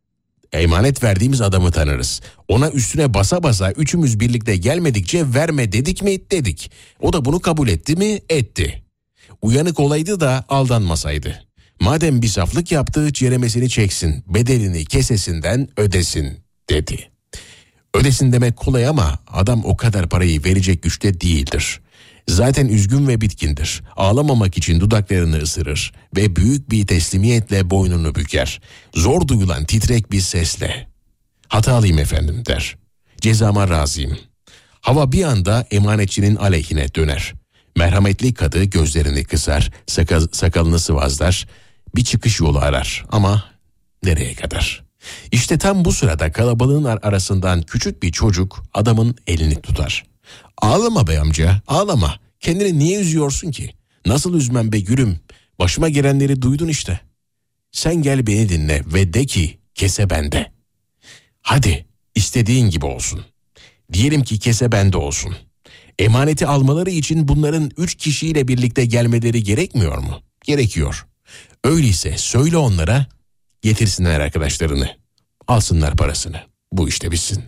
Emanet verdiğimiz adamı tanırız. Ona üstüne basa basa üçümüz birlikte gelmedikçe verme dedik mi? Dedik. O da bunu kabul etti mi? Etti. Uyanık olaydı da aldanmasaydı. Madem bir saflık yaptı, ceremesini çeksin, bedelini kesesinden ödesin dedi. Ödesin demek kolay ama adam o kadar parayı verecek güçte değildir. Zaten üzgün ve bitkindir. Ağlamamak için dudaklarını ısırır ve büyük bir teslimiyetle boynunu büker. Zor duyulan titrek bir sesle "Hatalıyım efendim" der. "Cezama razıyım." Hava bir anda emanetçinin aleyhine döner. Merhametli kadı gözlerini kısar, sakal, sakalını sıvazlar, bir çıkış yolu arar ama nereye kadar? İşte tam bu sırada kalabalığın arasından küçük bir çocuk adamın elini tutar. "Ağlama be amca, ağlama. Kendini niye üzüyorsun ki? Nasıl üzmem be gülüm? Başıma gelenleri duydun işte. Sen gel beni dinle ve de ki kese bende. Hadi istediğin gibi olsun. Diyelim ki kese bende olsun. Emaneti almaları için bunların üç kişiyle birlikte gelmeleri gerekmiyor mu? Gerekiyor. Öyleyse söyle onlara, getirsinler arkadaşlarını. Alsınlar parasını. Bu işte bitsin."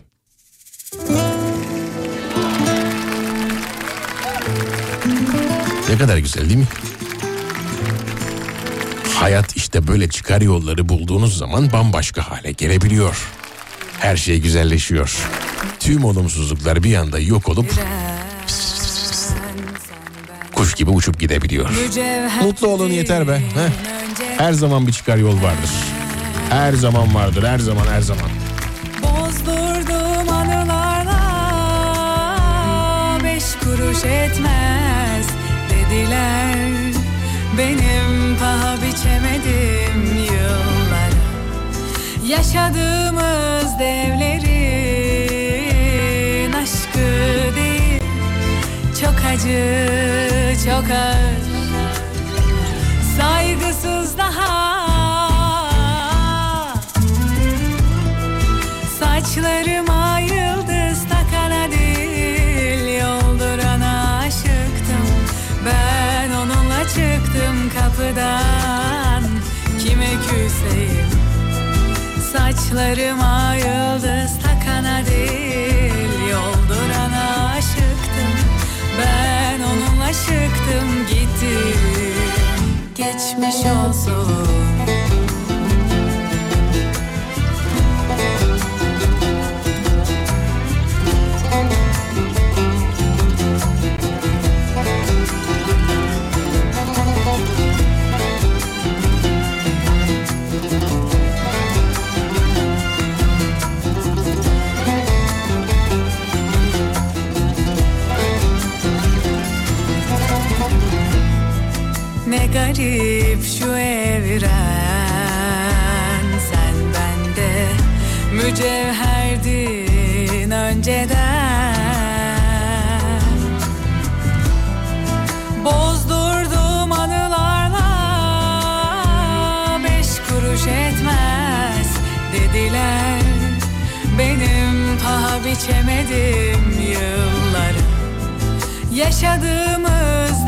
Ne kadar güzel değil mi? Hayat işte böyle çıkar yolları bulduğunuz zaman bambaşka hale gelebiliyor. Her şey güzelleşiyor. Tüm olumsuzluklar bir anda yok olup kuş gibi uçup gidebiliyor. Mutlu olun yeter be. Heh. Her zaman bir çıkar yol vardır. Her zaman vardır, her zaman, her zaman. Bozdurdum anılarla, beş kuruş etmez dediler. Benim paha biçemedim yıllara, yaşadığımız devlerin aşkı değil, çok acı, çok ağır, saygısız daha. Saçlarıma yıldız takan değil, yoldurana aşıktım. Ben onunla çıktım kapıdan, kime küseyim. Saçlarıma yıldız takana değil, yoldurana aşıktım. Ben onunla çıktım gittim, geçmiş olsun. Ne garip şu evren, sen bende mücevherdin önceden. Bozdurdum anılarla, beş kuruş etmez dediler. benim paha biçemedim yılları, yaşadığımız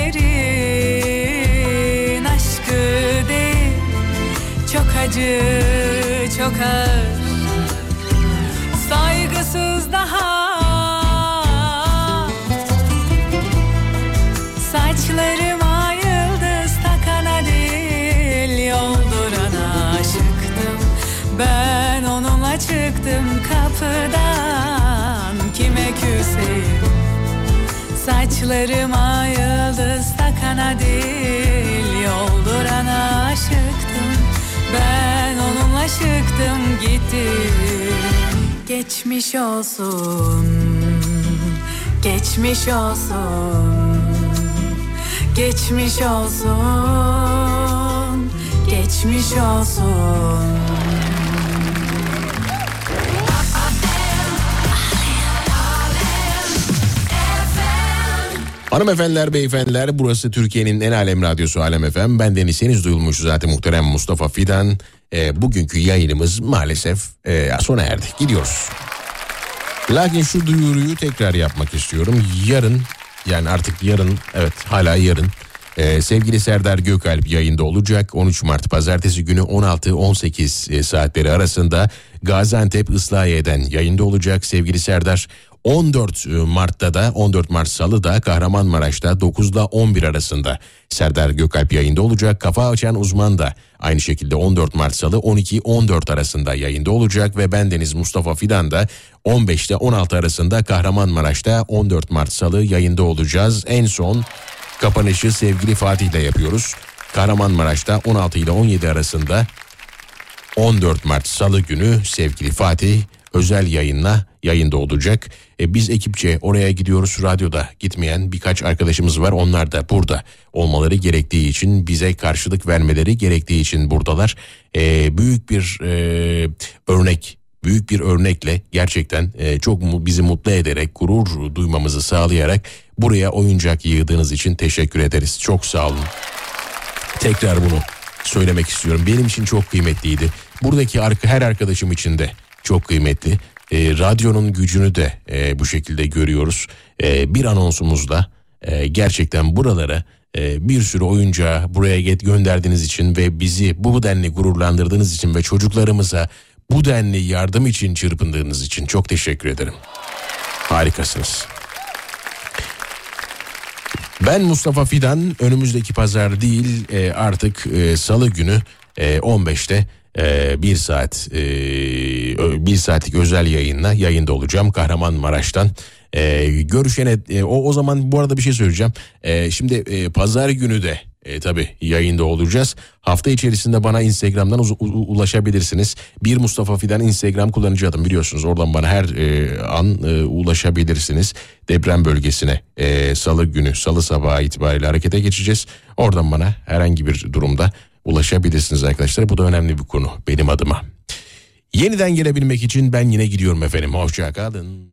devlerin aşkı değil, çok acı, çok ağır, saygısız daha. Saçlarıma yıldız takana değil, yoldurana aşıktım. Ben onunla çıktım kapıdan, kime küseyim. Saçlarıma yıldız takana değil, yoldurana aşıktım. Ben onunla çıktım gittim. Geçmiş olsun, geçmiş olsun, geçmiş olsun, geçmiş olsun. Hanımefendiler, beyefendiler, burası Türkiye'nin en alem radyosu Alem F M. Bendeniz seniz duyulmuş zaten muhterem Mustafa Fidan. E, bugünkü yayınımız maalesef e, sona erdi. Gidiyoruz. Lakin şu duyuruyu tekrar yapmak istiyorum. Yarın, yani artık yarın, evet hala yarın, e, sevgili Serdar Gökalp yayında olacak. on üç Mart Pazartesi günü on altı on sekiz saatleri arasında Gaziantep Islahiye'den yayında olacak sevgili Serdar. on dört Mart'ta da on dört Mart Salı'da Kahramanmaraş'ta dokuzla on bir arasında Serdar Gökalp yayında olacak. Kafa Açan Uzman da aynı şekilde on dört Mart Salı on iki on dört arasında yayında olacak ve bendeniz Mustafa Fidan da on beşte on altı arasında Kahramanmaraş'ta on dört Mart Salı yayında olacağız. En son kapanışı sevgili Fatih ile yapıyoruz. Kahramanmaraş'ta on altı ile on yedi arasında on dört Mart Salı günü sevgili Fatih özel yayınla yayında olacak. E, biz ekipçe oraya gidiyoruz. Radyoda gitmeyen birkaç arkadaşımız var. Onlar da burada olmaları gerektiği için, bize karşılık vermeleri gerektiği için buradalar. E, büyük bir e, örnek, büyük bir örnekle gerçekten e, çok mu, bizi mutlu ederek, gurur duymamızı sağlayarak buraya oyuncak yığdığınız için teşekkür ederiz. Çok sağ olun. Tekrar bunu söylemek istiyorum. Benim için çok kıymetliydi. Buradaki her arkadaşım için de çok kıymetli. E, radyonun gücünü de e, bu şekilde görüyoruz. E, bir anonsumuzda e, gerçekten buralara e, bir sürü oyuncağı buraya get gönderdiğiniz için ve bizi bu denli gururlandırdığınız için ve çocuklarımıza bu denli yardım için çırpındığınız için çok teşekkür ederim. Harikasınız. Ben Mustafa Fidan, önümüzdeki pazar değil e, artık e, Salı günü e, on beşte Ee, bir saat e, bir saatlik özel yayınla yayında olacağım Kahramanmaraş'tan. Ee, görüşene e, o o zaman bu arada bir şey söyleyeceğim. Ee, şimdi e, pazar günü de e, tabii yayında olacağız. Hafta içerisinde bana Instagram'dan uz- u- ulaşabilirsiniz. Bir Mustafa Fidan Instagram kullanıcı adım, biliyorsunuz. Oradan bana her e, an e, ulaşabilirsiniz. Deprem bölgesine e, Salı günü, Salı sabahı itibariyle harekete geçeceğiz. Oradan bana herhangi bir durumda ulaşabilirsiniz arkadaşlar. Bu da önemli bir konu benim adıma. Yeniden gelebilmek için ben yine gidiyorum efendim. Hoşça kalın.